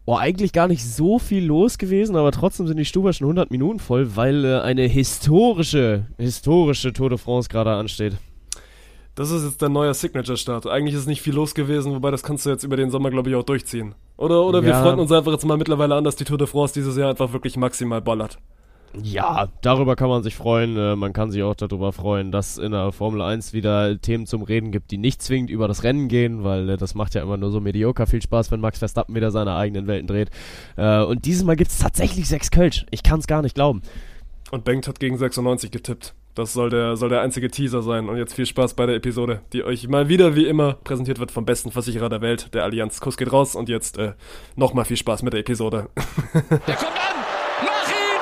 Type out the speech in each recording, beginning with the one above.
Eigentlich gar nicht so viel los gewesen, aber trotzdem sind die Stuber schon 100 Minuten voll, weil eine historische Tour de France gerade ansteht. Das ist jetzt der neue Signature-Start. Eigentlich ist nicht viel los gewesen, wobei das kannst du jetzt über den Sommer, glaube ich, auch durchziehen. Oder wir freuen uns einfach jetzt mal mittlerweile an, dass die Tour de France dieses Jahr einfach wirklich maximal ballert. Ja, darüber kann man sich freuen. Man kann sich auch darüber freuen, dass in der Formel 1 wieder Themen zum Reden gibt, die nicht zwingend über das Rennen gehen, weil das macht ja immer nur so mediocre viel Spaß, wenn Max Verstappen wieder seine eigenen Welten dreht. Und dieses Mal gibt es tatsächlich 6 Kölsch. Ich kann es gar nicht glauben. Und Bengt hat gegen 96 getippt. Das soll der einzige Teaser sein. Und jetzt viel Spaß bei der Episode, die euch mal wieder wie immer präsentiert wird vom besten Versicherer der Welt, der Allianz. Kuss geht raus und jetzt nochmal viel Spaß mit der Episode. Der kommt an! Mach ihn!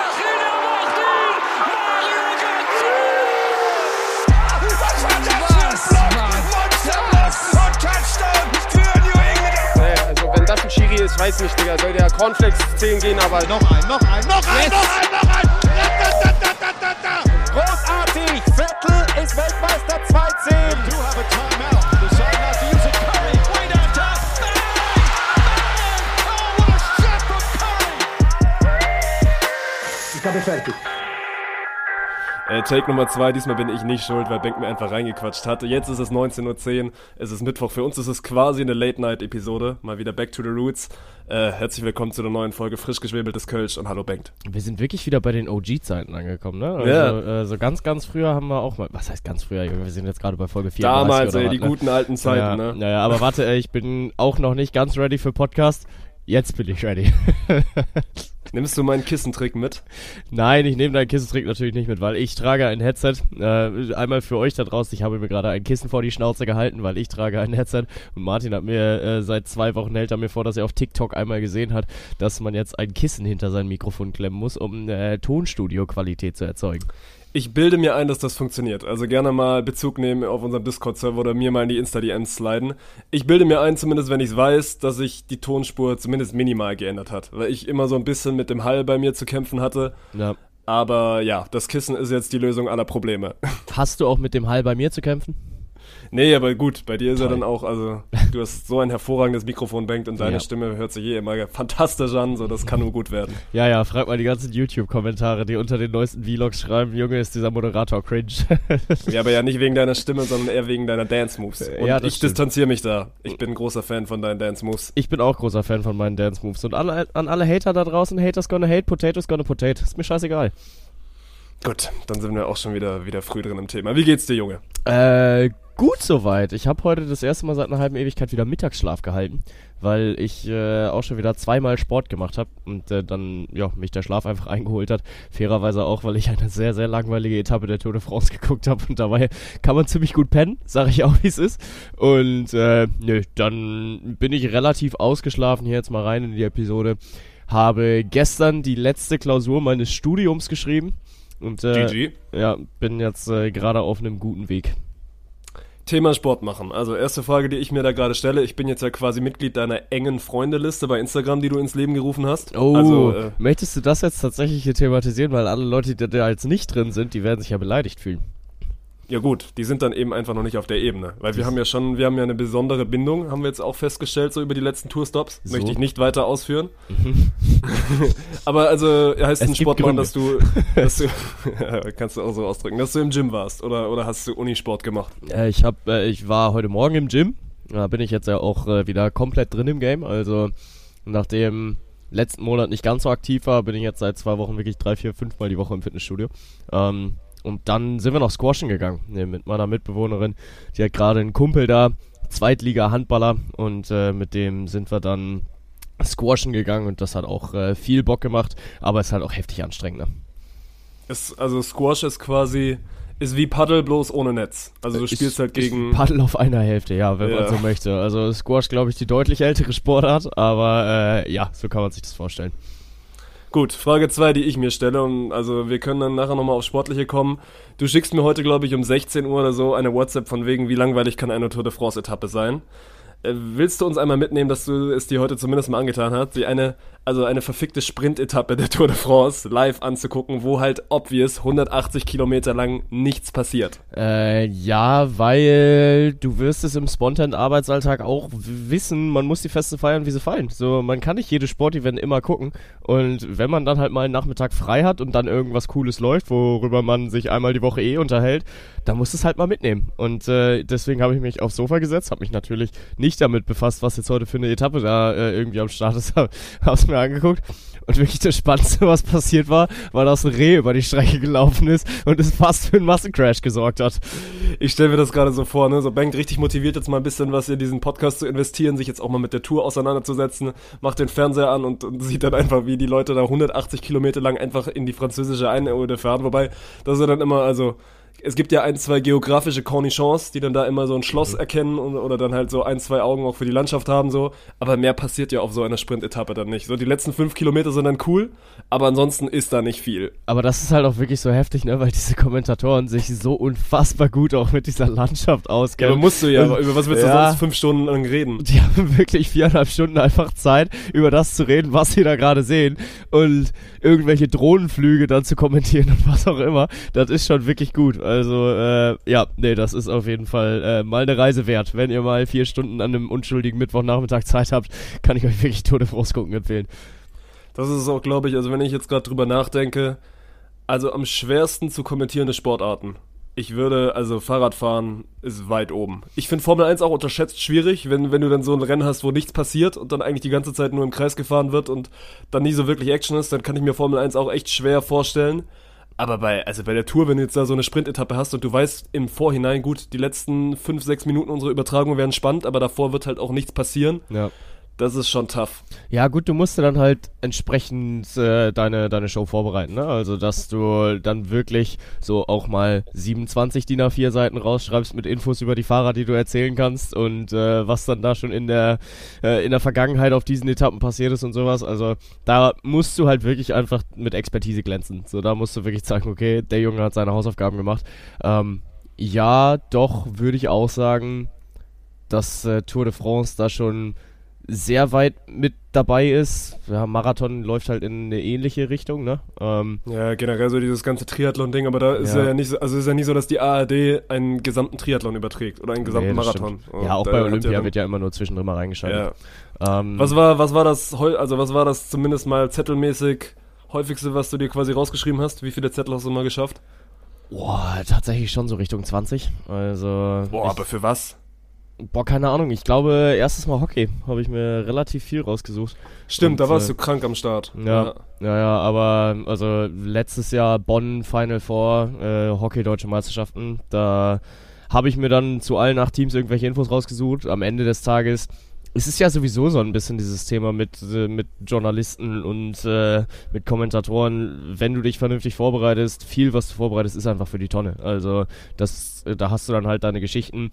Was war das für ein Monsterblock und Touchdown für New England! Also wenn das ein Schiri ist, weiß nicht, Digga. Soll der Cornflakes 10 gehen, aber... Noch ein! Großartig! Vettel ist Weltmeister 2-10! You have a timeout. Decide not to use it. Curry, way down top. Bang! Oh, what a shot from Curry! Ich habe fertig. Take Nummer 2, diesmal bin ich nicht schuld, weil Bengt mir einfach reingequatscht hatte. Jetzt ist es 19.10 Uhr, es ist Mittwoch, für uns ist es quasi eine Late-Night-Episode, mal wieder Back to the Roots. Herzlich willkommen zu der neuen Folge frisch geschwebeltes Kölsch und hallo Bengt. Wir sind wirklich wieder bei den OG-Zeiten angekommen, ne? Also, ja. So ganz früher haben wir auch mal, was heißt ganz früher, Junge, wir sind jetzt gerade bei Folge 34 Damals, oder was, die guten alten Zeiten, ne? Naja, aber warte, ich bin auch noch nicht ganz ready für Podcast. Jetzt bin ich ready. Nimmst du meinen Kissentrick mit? Nein, ich nehme deinen Kissentrick natürlich nicht mit, weil ich trage ein Headset. Einmal für euch da draußen, ich habe mir gerade ein Kissen vor die Schnauze gehalten, weil ich trage ein Headset. Und Martin hat mir seit 2 Wochen, hält er mir vor, dass er auf TikTok einmal gesehen hat, dass man jetzt ein Kissen hinter sein Mikrofon klemmen muss, um Tonstudio-Qualität zu erzeugen. Ich bilde mir ein, dass das funktioniert. Also gerne mal Bezug nehmen auf unserem Discord-Server oder mir mal in die Insta-DMs sliden. Ich bilde mir ein, zumindest wenn ich es weiß, dass sich die Tonspur zumindest minimal geändert hat. Weil ich immer so ein bisschen mit dem Hall bei mir zu kämpfen hatte. Ja. Aber ja, das Kissen ist jetzt die Lösung aller Probleme. Hast du auch mit dem Hall bei mir zu kämpfen? Nee, aber gut, bei dir ist ja dann auch, also du hast so ein hervorragendes Mikrofon, Bengt, und deine Stimme hört sich immer fantastisch an, so das kann nur gut werden. Ja, frag mal die ganzen YouTube-Kommentare, die unter den neuesten Vlogs schreiben, Junge, ist dieser Moderator cringe. Ja, aber ja nicht wegen deiner Stimme, sondern eher wegen deiner Dance-Moves. Und ja, ich distanziere mich da. Ich bin ein großer Fan von deinen Dance-Moves. Ich bin auch großer Fan von meinen Dance-Moves. Und an alle Hater da draußen, Haters gonna hate, Potatoes gonna potato. Ist mir scheißegal. Gut, dann sind wir auch schon wieder früh drin im Thema. Wie geht's dir, Junge? Gut soweit. Ich habe heute das erste Mal seit einer halben Ewigkeit wieder Mittagsschlaf gehalten, weil ich auch schon wieder 2-mal Sport gemacht habe und dann mich der Schlaf einfach eingeholt hat. Fairerweise auch, weil ich eine sehr, sehr langweilige Etappe der Tour de France geguckt habe und dabei kann man ziemlich gut pennen, sage ich auch, wie es ist. Und dann bin ich relativ ausgeschlafen hier jetzt mal rein in die Episode. Habe gestern die letzte Klausur meines Studiums geschrieben und GG. Ja, bin jetzt gerade auf einem guten Weg. Thema Sport machen. Also erste Frage, die ich mir da gerade stelle. Ich bin jetzt ja quasi Mitglied deiner engen Freundeliste bei Instagram, die du ins Leben gerufen hast. Oh, also, möchtest du das jetzt tatsächlich hier thematisieren? Weil alle Leute, die da jetzt nicht drin sind, die werden sich ja beleidigt fühlen. Ja gut, die sind dann eben einfach noch nicht auf der Ebene. Weil wir haben ja eine besondere Bindung, haben wir jetzt auch festgestellt, so über die letzten Tourstops. So. Möchte ich nicht weiter ausführen. Aber also heißt ein Sport machen, dass du kannst du auch so ausdrücken, dass du im Gym warst oder hast du Unisport gemacht? Ich war heute Morgen im Gym. Da bin ich jetzt ja auch wieder komplett drin im Game. Also nachdem letzten Monat nicht ganz so aktiv war, bin ich jetzt seit 2 Wochen wirklich 3, 4, 5 Mal die Woche im Fitnessstudio. Und dann sind wir noch squashen gegangen, mit meiner Mitbewohnerin. Die hat gerade einen Kumpel da, Zweitliga-Handballer, und mit dem sind wir dann squashen gegangen und das hat auch viel Bock gemacht, aber es ist halt auch heftig anstrengend. Ne? Also Squash ist wie Paddel, bloß ohne Netz. Also du spielst halt gegen... Paddel auf einer Hälfte, ja, wenn man so möchte. Also Squash, glaube ich, die deutlich ältere Sportart, aber so kann man sich das vorstellen. Gut, Frage 2, die ich mir stelle, und also wir können dann nachher nochmal aufs Sportliche kommen. Du schickst mir heute, glaube ich, um 16 Uhr oder so eine WhatsApp von wegen, wie langweilig kann eine Tour de France-Etappe sein. Willst du uns einmal mitnehmen, dass du es dir heute zumindest mal angetan hast, eine verfickte Sprint-Etappe der Tour de France live anzugucken, wo halt obvious 180 Kilometer lang nichts passiert? Ja, weil du wirst es im Spontan-Arbeitsalltag auch wissen, man muss die Feste feiern, wie sie fallen. So, man kann nicht jedes Sportevent immer gucken und wenn man dann halt mal einen Nachmittag frei hat und dann irgendwas Cooles läuft, worüber man sich einmal die Woche unterhält, dann musst du es halt mal mitnehmen. Und deswegen habe ich mich aufs Sofa gesetzt, habe mich natürlich nicht damit befasst, was jetzt heute für eine Etappe da irgendwie am Start ist, hab's mir angeguckt. Und wirklich das Spannendste, was passiert war, dass ein Reh über die Strecke gelaufen ist und es fast für einen Massencrash gesorgt hat. Ich stelle mir das gerade so vor, ne? So Bengt richtig motiviert, jetzt mal ein bisschen was in diesen Podcast zu investieren, sich jetzt auch mal mit der Tour auseinanderzusetzen, macht den Fernseher an und sieht dann einfach, wie die Leute da 180 Kilometer lang einfach in die französische Einöde fahren. Wobei, das ist ja dann immer, also es gibt ja 1-2 geografische Cornichons, die dann da immer so ein Schloss erkennen oder dann halt so 1-2 Augen auch für die Landschaft haben, so. Aber mehr passiert ja auf so einer Sprint-Etappe dann nicht. So, die letzten 5 Kilometer sind dann cool, aber ansonsten ist da nicht viel. Aber das ist halt auch wirklich so heftig, ne, weil diese Kommentatoren sich so unfassbar gut auch mit dieser Landschaft auskennen. Ja, aber musst du ja, über was willst du sonst 5 Stunden lang reden? Die haben wirklich 4,5 Stunden einfach Zeit, über das zu reden, was sie da gerade sehen und irgendwelche Drohnenflüge dann zu kommentieren und was auch immer. Das ist schon wirklich gut. Also, das ist auf jeden Fall mal eine Reise wert. Wenn ihr mal 4 Stunden an einem unschuldigen Mittwochnachmittag Zeit habt, kann ich euch wirklich Tour de France gucken empfehlen. Das ist es auch, glaube ich, also wenn ich jetzt gerade drüber nachdenke, also am schwersten zu kommentierende Sportarten. Fahrradfahren ist weit oben. Ich finde Formel 1 auch unterschätzt schwierig, wenn du dann so ein Rennen hast, wo nichts passiert und dann eigentlich die ganze Zeit nur im Kreis gefahren wird und dann nie so wirklich Action ist, dann kann ich mir Formel 1 auch echt schwer vorstellen. Aber bei der Tour, wenn du jetzt da so eine Sprintetappe hast und du weißt im Vorhinein, gut, die letzten 5-6 Minuten unserer Übertragung werden spannend, aber davor wird halt auch nichts passieren. Ja. Das ist schon tough. Ja gut, du musst dir dann halt entsprechend deine Show vorbereiten, ne? Also dass du dann wirklich so auch mal 27 DIN A4 Seiten rausschreibst mit Infos über die Fahrer, die du erzählen kannst und was dann da schon in der Vergangenheit auf diesen Etappen passiert ist und sowas. Also da musst du halt wirklich einfach mit Expertise glänzen. So, da musst du wirklich sagen, okay, der Junge hat seine Hausaufgaben gemacht. Ja, doch, würde ich auch sagen, dass Tour de France da schon sehr weit mit dabei ist. Ja, Marathon läuft halt in eine ähnliche Richtung, ne? Ja, generell so dieses ganze Triathlon-Ding, aber da ist ja nicht so, also ist ja nicht so, dass die ARD einen gesamten Triathlon überträgt oder einen gesamten Marathon. Ja, auch bei Olympia wird ja immer nur zwischendrin mal reingeschaltet. Ja. Was war das zumindest mal zettelmäßig häufigste, was du dir quasi rausgeschrieben hast? Wie viele Zettel hast du mal geschafft? Boah, tatsächlich schon so Richtung 20. Also. Boah, aber für was? Boah, keine Ahnung. Ich glaube, erstes Mal Hockey habe ich mir relativ viel rausgesucht. Stimmt, und da warst du krank am Start. Ja, aber also letztes Jahr Bonn Final Four, Hockey Deutsche Meisterschaften, da habe ich mir dann zu allen 8 Teams irgendwelche Infos rausgesucht. Am Ende des Tages es ist ja sowieso so ein bisschen dieses Thema mit Journalisten und mit Kommentatoren. Wenn du dich vernünftig vorbereitest, viel, was du vorbereitest, ist einfach für die Tonne. Also da hast du dann halt deine Geschichten,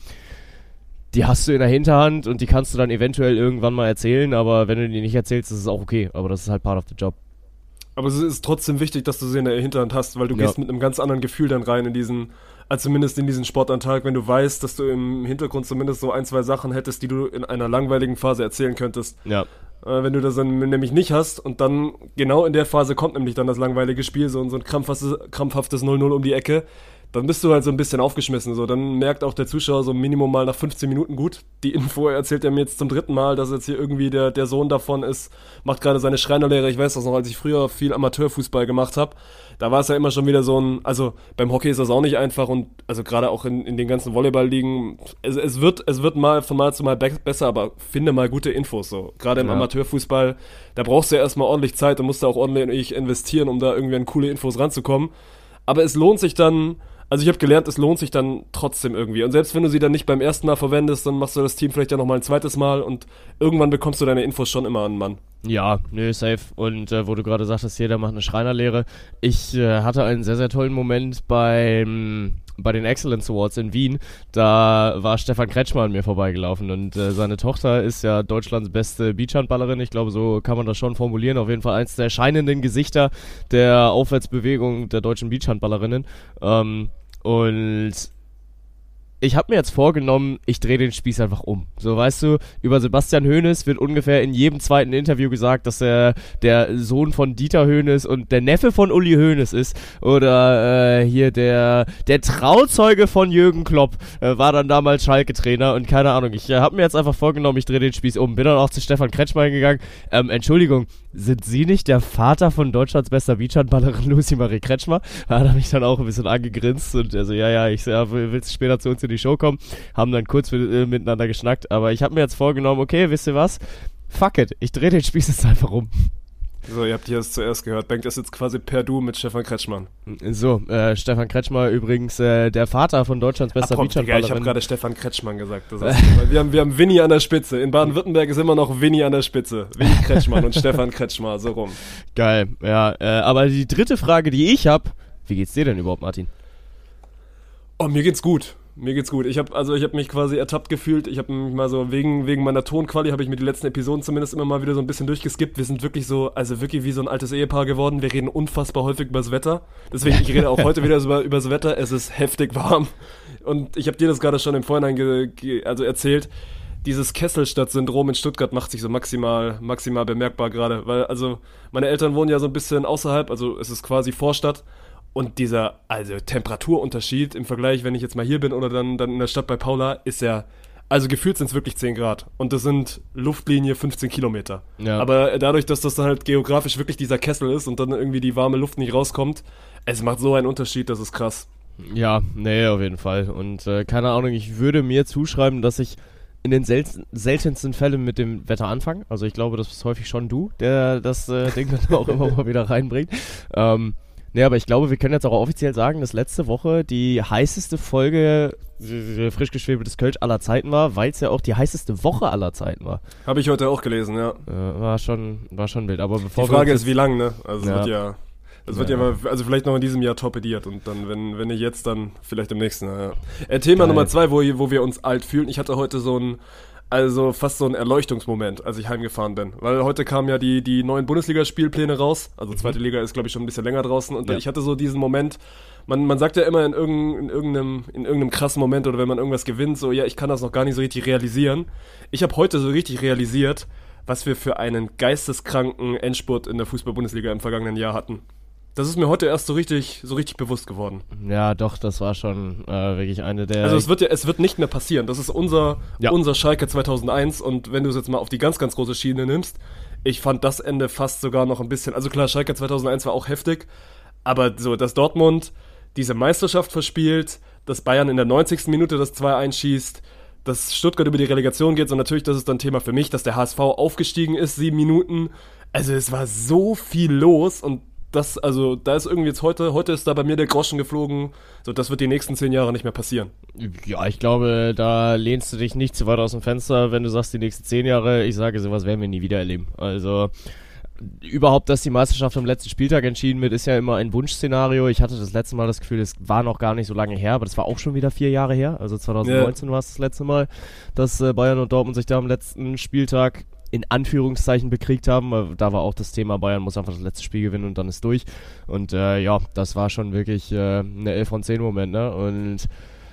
die hast du in der Hinterhand und die kannst du dann eventuell irgendwann mal erzählen, aber wenn du die nicht erzählst, ist es auch okay. Aber das ist halt part of the job. Aber es ist trotzdem wichtig, dass du sie in der Hinterhand hast, weil du gehst mit einem ganz anderen Gefühl dann rein zumindest in diesen Sportantrag, wenn du weißt, dass du im Hintergrund zumindest so 1-2 Sachen hättest, die du in einer langweiligen Phase erzählen könntest. Ja. Wenn du das dann nämlich nicht hast und dann genau in der Phase kommt nämlich dann das langweilige Spiel, so ein krampfhaftes 0-0 um die Ecke, dann bist du halt so ein bisschen aufgeschmissen. So, dann merkt auch der Zuschauer so Minimum mal nach 15 Minuten gut. Die Info erzählt er mir jetzt zum 3. Mal, dass jetzt hier irgendwie der Sohn davon ist, macht gerade seine Schreinerlehre. Ich weiß das noch, als ich früher viel Amateurfußball gemacht habe. Da war es ja immer schon wieder so also beim Hockey ist das auch nicht einfach und also gerade auch in den ganzen Volleyball-Ligen, es wird mal von Mal zu Mal besser, aber finde mal gute Infos so. Gerade im Amateurfußball, da brauchst du ja erstmal ordentlich Zeit und musst da auch ordentlich investieren, um da irgendwie an coole Infos ranzukommen. Aber es lohnt sich dann. Also ich habe gelernt, es lohnt sich dann trotzdem irgendwie. Und selbst wenn du sie dann nicht beim ersten Mal verwendest, dann machst du das Team vielleicht ja nochmal ein zweites Mal und irgendwann bekommst du deine Infos schon immer an, Mann. Ja, safe. Und wo du gerade sagtest, jeder macht eine Schreinerlehre. Ich hatte einen sehr, sehr tollen Moment bei den Excellence Awards in Wien. Da war Stefan Kretschmer an mir vorbeigelaufen und seine Tochter ist ja Deutschlands beste Beachhandballerin. Ich glaube, so kann man das schon formulieren. Auf jeden Fall eins der scheinenden Gesichter der Aufwärtsbewegung der deutschen Beachhandballerinnen. Und ich habe mir jetzt vorgenommen, ich drehe den Spieß einfach um. So, weißt du, über Sebastian Hoeneß wird ungefähr in jedem zweiten Interview gesagt, dass er der Sohn von Dieter Hoeneß und der Neffe von Uli Hoeneß ist. Oder hier der Trauzeuge von Jürgen Klopp war dann damals Schalke-Trainer und keine Ahnung. Ich habe mir jetzt einfach vorgenommen, ich drehe den Spieß um. Bin dann auch zu Stefan Kretschmann gegangen. Entschuldigung, sind Sie nicht der Vater von Deutschlands bester Beachhandballerin Lucy Marie Kretschmer? Da hat er mich dann auch ein bisschen angegrinst und er so, willst du später zu uns in die Show kommen? Haben dann kurz miteinander geschnackt, aber ich habe mir jetzt vorgenommen, okay, wisst ihr was? Fuck it, ich drehe den Spieß jetzt einfach um. So, ihr habt hier es zuerst gehört. Bengt ist jetzt quasi per Du mit Stefan Kretschmann. So, Stefan Kretschmer übrigens der Vater von Deutschlands bester Beachhandballerin. Ich habe gerade Stefan Kretschmann gesagt. Das heißt, wir haben Winnie an der Spitze. In Baden-Württemberg ist immer noch Winnie an der Spitze. Winnie Kretschmann und Stefan Kretschmer, so rum. Geil, ja. Aber die dritte Frage, die ich habe, wie geht's dir denn überhaupt, Martin? Oh, mir geht's gut. Ich habe mich quasi ertappt gefühlt. Ich habe mich mal so wegen meiner Tonquali habe ich mir die letzten Episoden zumindest immer mal wieder so ein bisschen durchgeskippt. Wir sind wirklich wirklich wie so ein altes Ehepaar geworden. Wir reden unfassbar häufig über das Wetter. Deswegen, ich rede auch heute wieder über das Wetter. Es ist heftig warm. Und ich habe dir das gerade schon im Vorhinein erzählt. Dieses Kesselstadt-Syndrom in Stuttgart macht sich so maximal bemerkbar gerade. Weil, also, meine Eltern wohnen ja so ein bisschen außerhalb. Also, es ist quasi Vorstadt. Und dieser Temperaturunterschied im Vergleich, wenn ich jetzt mal hier bin oder dann in der Stadt bei Paula, ist ja, also gefühlt sind es wirklich 10 Grad. Und das sind Luftlinie 15 Kilometer. Ja. Aber dadurch, dass das dann halt geografisch wirklich dieser Kessel ist und dann irgendwie die warme Luft nicht rauskommt, es macht so einen Unterschied, das ist krass. Ja, nee, auf jeden Fall. Und keine Ahnung, ich würde mir zuschreiben, dass ich in den seltensten Fällen mit dem Wetter anfange. Also ich glaube, das ist häufig schon du, der das Ding dann auch immer mal wieder reinbringt. Nee, aber ich glaube, wir können jetzt auch offiziell sagen, dass letzte Woche die heißeste Folge frisch geschwebeltes Kölsch aller Zeiten war, weil es ja auch die heißeste Woche aller Zeiten war. Habe ich heute auch gelesen, ja. War schon wild. Aber bevor die Frage ist, wie lang, ne? Also es wird ja vielleicht noch in diesem Jahr torpediert und dann, wenn nicht jetzt, dann vielleicht im nächsten Jahr, ja. Thema Geil. Nummer 2, wo wir uns alt fühlen. Ich hatte heute fast so ein Erleuchtungsmoment, als ich heimgefahren bin. Weil heute kamen ja die neuen Bundesligaspielpläne raus. Also zweite Liga ist, glaube ich, schon ein bisschen länger draußen. Und ich hatte so diesen Moment, man sagt ja immer in irgendeinem krassen Moment oder wenn man irgendwas gewinnt, so, ja, ich kann das noch gar nicht so richtig realisieren. Ich habe heute so richtig realisiert, was wir für einen geisteskranken Endspurt in der Fußball-Bundesliga im vergangenen Jahr hatten. Das ist mir heute erst so richtig bewusst geworden. Ja, doch, das war schon wirklich eine der... Also es wird nicht mehr passieren. Das ist unser Schalke 2001 und wenn du es jetzt mal auf die ganz, ganz große Schiene nimmst, ich fand das Ende fast sogar noch ein bisschen... Also klar, Schalke 2001 war auch heftig, aber so, dass Dortmund diese Meisterschaft verspielt, dass Bayern in der 90. Minute das 2-1 schießt, dass Stuttgart über die Relegation geht und natürlich, das ist dann Thema für mich, dass der HSV aufgestiegen ist, 7 Minuten. Also es war so viel los und da ist irgendwie jetzt heute ist da bei mir der Groschen geflogen, so das wird die nächsten 10 Jahre nicht mehr passieren. Ja, ich glaube, da lehnst du dich nicht zu weit aus dem Fenster, wenn du sagst, die nächsten 10 Jahre, ich sage, sowas werden wir nie wieder erleben. Also, überhaupt, dass die Meisterschaft am letzten Spieltag entschieden wird, ist ja immer ein Wunschszenario. Ich hatte das letzte Mal das Gefühl, es war noch gar nicht so lange her, aber das war auch schon wieder 4 Jahre her. Also 2019 war es das letzte Mal, dass Bayern und Dortmund sich da am letzten Spieltag in Anführungszeichen bekriegt haben. Da war auch das Thema, Bayern muss einfach das letzte Spiel gewinnen und dann ist durch. Und das war schon wirklich eine 11 von 10 Moment, ne? Und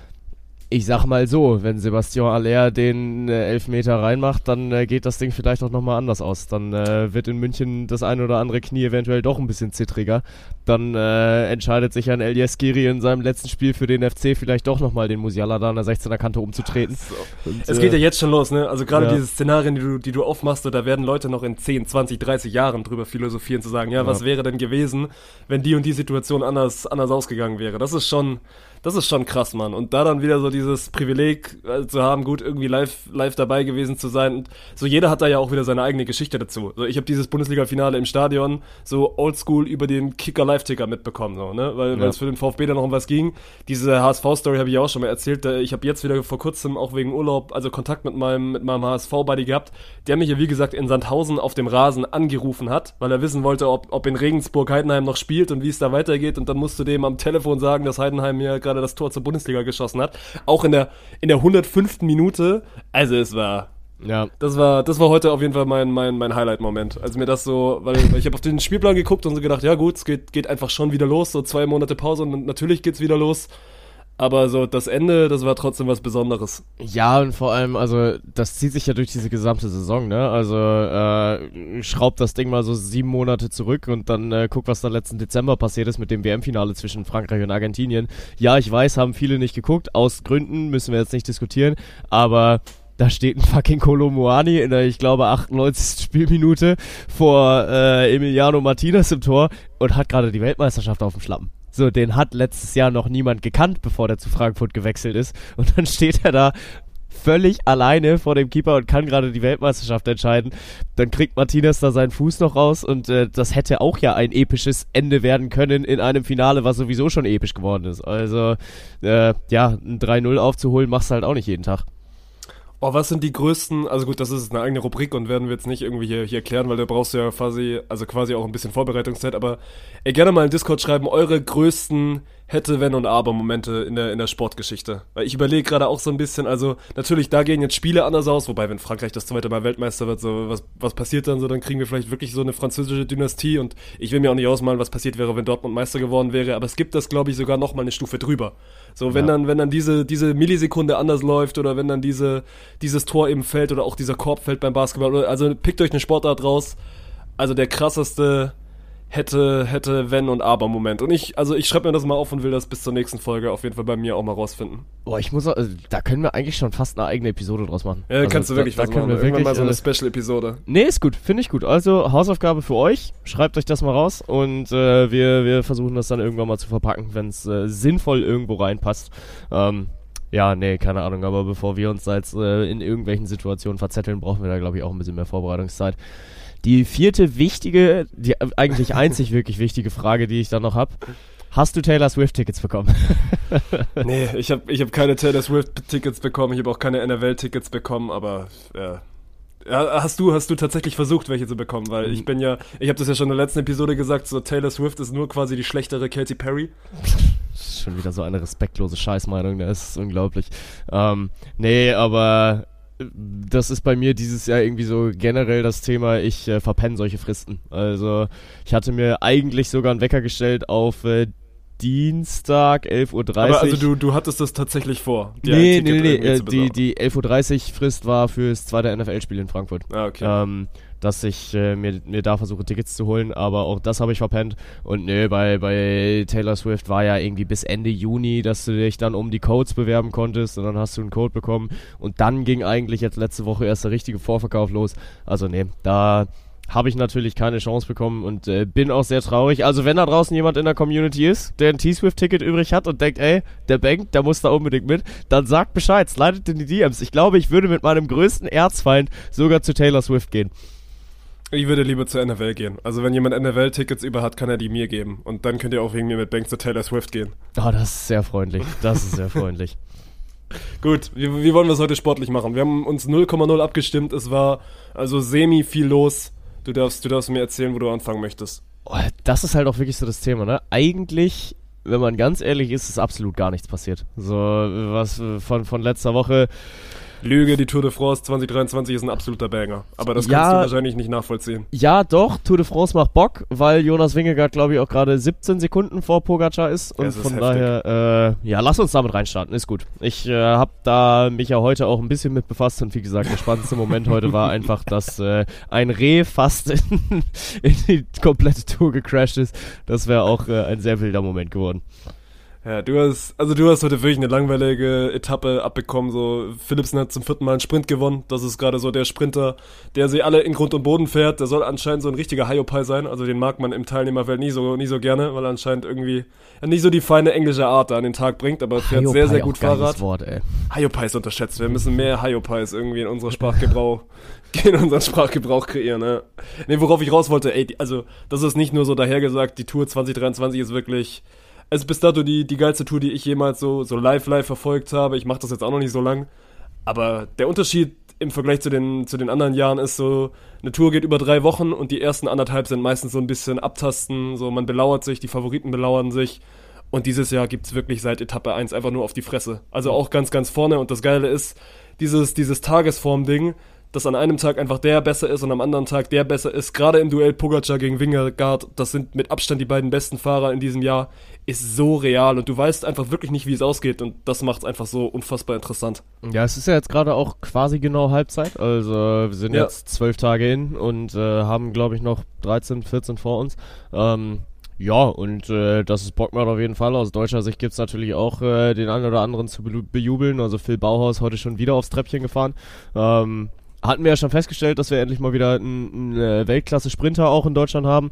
ich sag mal so, wenn Sebastian Aller den Elfmeter reinmacht, dann geht das Ding vielleicht auch nochmal anders aus. Dann wird in München das ein oder andere Knie eventuell doch ein bisschen zittriger. Dann entscheidet sich ein El Yaskiri in seinem letzten Spiel für den FC vielleicht doch nochmal den Musiala da an der 16er Kante umzutreten. So. Und, es geht ja jetzt schon los, ne? Also gerade diese Szenarien, die du aufmachst, so, da werden Leute noch in 10, 20, 30 Jahren drüber philosophieren, zu sagen, was wäre denn gewesen, wenn die und die Situation anders ausgegangen wäre. Das ist schon krass, Mann. Und da dann wieder so dieses Privileg zu haben, gut, irgendwie live dabei gewesen zu sein. Und so jeder hat da ja auch wieder seine eigene Geschichte dazu. So, ich habe dieses Bundesliga-Finale im Stadion so oldschool über den Kicker-Live-Ticker mitbekommen, so, ne? Weil es für den VfB da noch um was ging. Diese HSV-Story habe ich ja auch schon mal erzählt. Ich habe jetzt wieder vor kurzem auch wegen Urlaub, also Kontakt mit meinem HSV-Buddy gehabt, der mich ja wie gesagt in Sandhausen auf dem Rasen angerufen hat, weil er wissen wollte, ob in Regensburg Heidenheim noch spielt und wie es da weitergeht. Und dann musst du dem am Telefon sagen, dass Heidenheim mir gerade das Tor zur Bundesliga geschossen hat. Auch in der 105. Minute. Also es war... Ja. Das war heute auf jeden Fall mein Highlight-Moment. Also mir das so, weil ich habe auf den Spielplan geguckt und so gedacht, ja gut, es geht einfach schon wieder los, so 2 Monate Pause und natürlich geht's wieder los. Aber so das Ende, das war trotzdem was Besonderes. Ja, und vor allem, also das zieht sich ja durch diese gesamte Saison, ne? Also schraubt das Ding mal so 7 Monate zurück und dann guck, was da letzten Dezember passiert ist mit dem WM-Finale zwischen Frankreich und Argentinien. Ja, ich weiß, haben viele nicht geguckt, aus Gründen, müssen wir jetzt nicht diskutieren, aber da steht ein fucking Kolo Muani in der, ich glaube, 98. Spielminute vor Emiliano Martinez im Tor und hat gerade die Weltmeisterschaft auf dem Schlappen. So, den hat letztes Jahr noch niemand gekannt, bevor der zu Frankfurt gewechselt ist. Und dann steht er da völlig alleine vor dem Keeper und kann gerade die Weltmeisterschaft entscheiden. Dann kriegt Martinez da seinen Fuß noch raus und das hätte auch ja ein episches Ende werden können in einem Finale, was sowieso schon episch geworden ist. Also, ja, ein 3-0 aufzuholen, machst du halt auch nicht jeden Tag. Oh, was sind die größten, also gut, das ist eine eigene Rubrik und werden wir jetzt nicht irgendwie hier erklären, weil da brauchst du ja quasi auch ein bisschen Vorbereitungszeit, aber gerne mal in Discord schreiben, eure größten hätte, wenn und aber Momente in der Sportgeschichte. Weil ich überlege gerade auch so ein bisschen, also natürlich, da gehen jetzt Spiele anders aus, wobei wenn Frankreich das zweite Mal Weltmeister wird, so was passiert dann so, dann kriegen wir vielleicht wirklich so eine französische Dynastie und ich will mir auch nicht ausmalen, was passiert wäre, wenn Dortmund Meister geworden wäre, aber es gibt das, glaube ich, sogar noch mal eine Stufe drüber. So, wenn dann diese Millisekunde anders läuft oder wenn dann dieses Tor eben fällt oder auch dieser Korb fällt beim Basketball, also pickt euch eine Sportart raus, also der krasseste hätte, wenn und aber Moment. Und ich schreibe mir das mal auf und will das bis zur nächsten Folge auf jeden Fall bei mir auch mal rausfinden. Boah, da können wir eigentlich schon fast eine eigene Episode draus machen. Ja, also, kannst du wirklich was machen. Irgendwann mal so eine Special-Episode. Nee, ist gut, finde ich gut. Also, Hausaufgabe für euch, schreibt euch das mal raus und wir versuchen das dann irgendwann mal zu verpacken, wenn es sinnvoll irgendwo reinpasst. Ja, nee, keine Ahnung, aber bevor wir uns da jetzt in irgendwelchen Situationen verzetteln, brauchen wir da, glaube ich, auch ein bisschen mehr Vorbereitungszeit. Die vierte wichtige, die eigentlich einzig wirklich wichtige Frage, die ich dann noch habe. Hast du Taylor Swift-Tickets bekommen? Nee, ich hab keine Taylor Swift-Tickets bekommen, ich habe auch keine NFL-Tickets bekommen, aber ja, hast du tatsächlich versucht, welche zu bekommen? Weil ich habe das ja schon in der letzten Episode gesagt, so Taylor Swift ist nur quasi die schlechtere Katy Perry. Das ist schon wieder so eine respektlose Scheißmeinung, das ist unglaublich. Nee, aber das ist bei mir dieses Jahr irgendwie so generell das Thema, ich verpenne solche Fristen. Also ich hatte mir eigentlich sogar einen Wecker gestellt auf Dienstag, 11.30 Uhr. Aber also du hattest das tatsächlich vor? Nee, die 11.30 Uhr Frist war fürs zweite NFL-Spiel in Frankfurt. Ah, okay. Dass ich mir da versuche, Tickets zu holen, aber auch das habe ich verpennt. Und nee, bei Taylor Swift war ja irgendwie bis Ende Juni, dass du dich dann um die Codes bewerben konntest und dann hast du einen Code bekommen. Und dann ging eigentlich jetzt letzte Woche erst der richtige Vorverkauf los. Also nee, da habe ich natürlich keine Chance bekommen und bin auch sehr traurig. Also wenn da draußen jemand in der Community ist, der ein T-Swift-Ticket übrig hat und denkt, ey, der Bank, der muss da unbedingt mit, dann sagt Bescheid, slidet in die DMs. Ich glaube, ich würde mit meinem größten Erzfeind sogar zu Taylor Swift gehen. Ich würde lieber zur NFL gehen. Also wenn jemand NFL-Tickets über hat, kann er die mir geben. Und dann könnt ihr auch wegen mir mit Bank zu Taylor Swift gehen. Oh, das ist sehr freundlich. Das ist sehr freundlich. Gut, wie wollen wir es heute sportlich machen? Wir haben uns 0,0 abgestimmt. Es war also semi viel los. Du darfst mir erzählen, wo du anfangen möchtest. Oh, das ist halt auch wirklich so das Thema, ne? Eigentlich, wenn man ganz ehrlich ist, ist absolut gar nichts passiert. So, was von letzter Woche... Lüge, die Tour de France 2023 ist ein absoluter Banger. Aber das kannst du wahrscheinlich nicht nachvollziehen. Ja, doch, Tour de France macht Bock, weil Jonas Vingegaard, glaube ich, auch gerade 17 Sekunden vor Pogacar ist. Und das ist von heftig. daher, lass uns damit reinstarten, ist gut. Ich habe da mich ja heute auch ein bisschen mit befasst und wie gesagt, der spannendste Moment heute war einfach, dass ein Reh fast in die komplette Tour gecrashed ist. Das wäre auch ein sehr wilder Moment geworden. Ja, du hast heute wirklich eine langweilige Etappe abbekommen. So, Philipsen hat zum 4. Mal einen Sprint gewonnen. Das ist gerade so der Sprinter, der sie alle in Grund und Boden fährt. Der soll anscheinend so ein richtiger Hiopai sein. Also den mag man im Teilnehmerfeld nie so gerne, weil er anscheinend irgendwie nicht so die feine englische Art da an den Tag bringt. Aber fährt Hiopai, sehr, sehr gut Fahrrad. Wort, ey. Hiopai ist unterschätzt. Wir müssen mehr Hiopais irgendwie in unserer Sprachgebrauch kreieren. Ne? Nee, worauf ich raus wollte, also das ist nicht nur so dahergesagt, die Tour 2023 ist wirklich... Es ist bis dato die geilste Tour, die ich jemals so live verfolgt habe. Ich mache das jetzt auch noch nicht so lang. Aber der Unterschied im Vergleich zu den anderen Jahren ist so, eine Tour geht über 3 Wochen und die ersten 1,5 sind meistens so ein bisschen abtasten. So, man belauert sich, die Favoriten belauern sich. Und dieses Jahr gibt's wirklich seit Etappe 1 einfach nur auf die Fresse. Also auch ganz, ganz vorne. Und das Geile ist, dieses Tagesform-Ding, dass an einem Tag einfach der besser ist und am anderen Tag der besser ist. Gerade im Duell Pogacar gegen Vingegaard, das sind mit Abstand die beiden besten Fahrer in diesem Jahr, ist so real und du weißt einfach wirklich nicht, wie es ausgeht und das macht es einfach so unfassbar interessant. Ja, es ist ja jetzt gerade auch quasi genau Halbzeit, also wir sind Ja. jetzt 12 Tage hin und haben, glaube ich, noch 13, 14 vor uns. Ja, und das ist Bock macht auf jeden Fall. Aus deutscher Sicht gibt's natürlich auch den einen oder anderen zu bejubeln. Also Phil Bauhaus heute schon wieder aufs Treppchen gefahren. Hatten wir ja schon festgestellt, dass wir endlich mal wieder einen Weltklasse-Sprinter auch in Deutschland haben.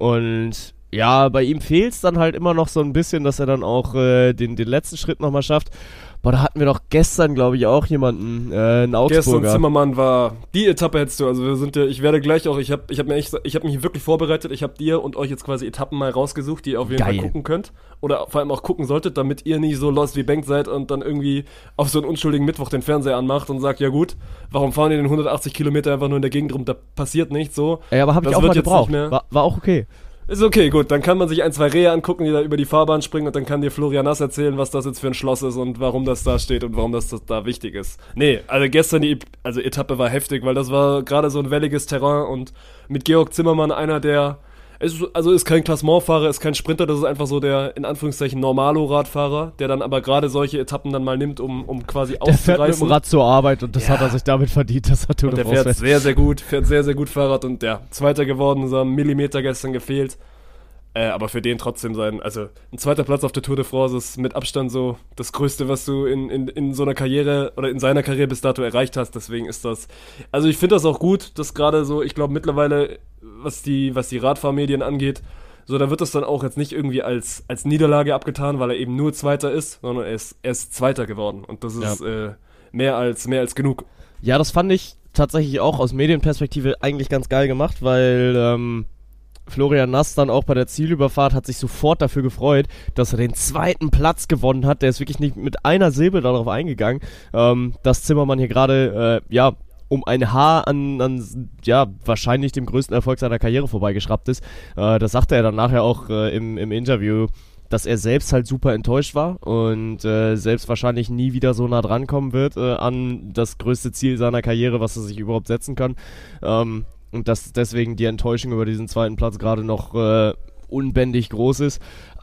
Und ja, bei ihm fehlt's dann halt immer noch so ein bisschen, dass er dann auch den letzten Schritt nochmal schafft. Boah, da hatten wir doch gestern, glaube ich, auch jemanden, einen Augsburger. Gestern Zimmermann war, die Etappe hättest du, also wir sind ja, ich werde gleich auch, ich hab mich wirklich vorbereitet, ich habe dir und euch jetzt quasi Etappen mal rausgesucht, die ihr auf jeden Geil. Fall gucken könnt oder vor allem auch gucken solltet, damit ihr nicht so lost wie Bengt seid und dann irgendwie auf so einen unschuldigen Mittwoch den Fernseher anmacht und sagt, ja gut, warum fahren die den 180 Kilometer einfach nur in der Gegend rum, da passiert nichts so. Ey, aber habe ich Das auch wird mal jetzt gebraucht. nicht mehr- War auch okay. Ist okay, gut, dann kann man sich ein, zwei Rehe angucken, die da über die Fahrbahn springen und dann kann dir Florian Nass erzählen, was das jetzt für ein Schloss ist und warum das da steht und warum das da wichtig ist. Nee, also gestern die Etappe war heftig, weil das war gerade so ein welliges Terrain und mit Georg Zimmermann einer, der ist kein Klassementfahrer, ist kein Sprinter, das ist einfach so der, in Anführungszeichen, Normalo-Radfahrer, der dann aber gerade solche Etappen dann mal nimmt, um quasi Der fährt mit auszureißen. dem Rad zur Arbeit und das Ja. hat er sich damit verdient, dass er Tour Und de der France fährt fährt. sehr, sehr gut Fahrrad und ja, Zweiter geworden, so ein Millimeter gestern gefehlt. Aber für den trotzdem ein zweiter Platz auf der Tour de France ist mit Abstand so das Größte, was du in so einer Karriere oder in seiner Karriere bis dato erreicht hast. Deswegen ist das, also ich finde das auch gut, dass gerade so, ich glaube mittlerweile, was die Radfahrmedien angeht, so da wird das dann auch jetzt nicht irgendwie als Niederlage abgetan, weil er eben nur Zweiter ist, sondern er ist Zweiter geworden. Und das ist mehr als genug. Ja, das fand ich tatsächlich auch aus Medienperspektive eigentlich ganz geil gemacht, weil Florian Nass dann auch bei der Zielüberfahrt hat sich sofort dafür gefreut, dass er den zweiten Platz gewonnen hat. Der ist wirklich nicht mit einer Silbe darauf eingegangen, dass Zimmermann hier gerade, um ein Haar an wahrscheinlich dem größten Erfolg seiner Karriere vorbeigeschraubt ist. Das sagte er dann nachher auch im Interview, dass er selbst halt super enttäuscht war und selbst wahrscheinlich nie wieder so nah dran kommen wird an das größte Ziel seiner Karriere, was er sich überhaupt setzen kann. Und dass deswegen die Enttäuschung über diesen zweiten Platz gerade noch unbändig groß ist.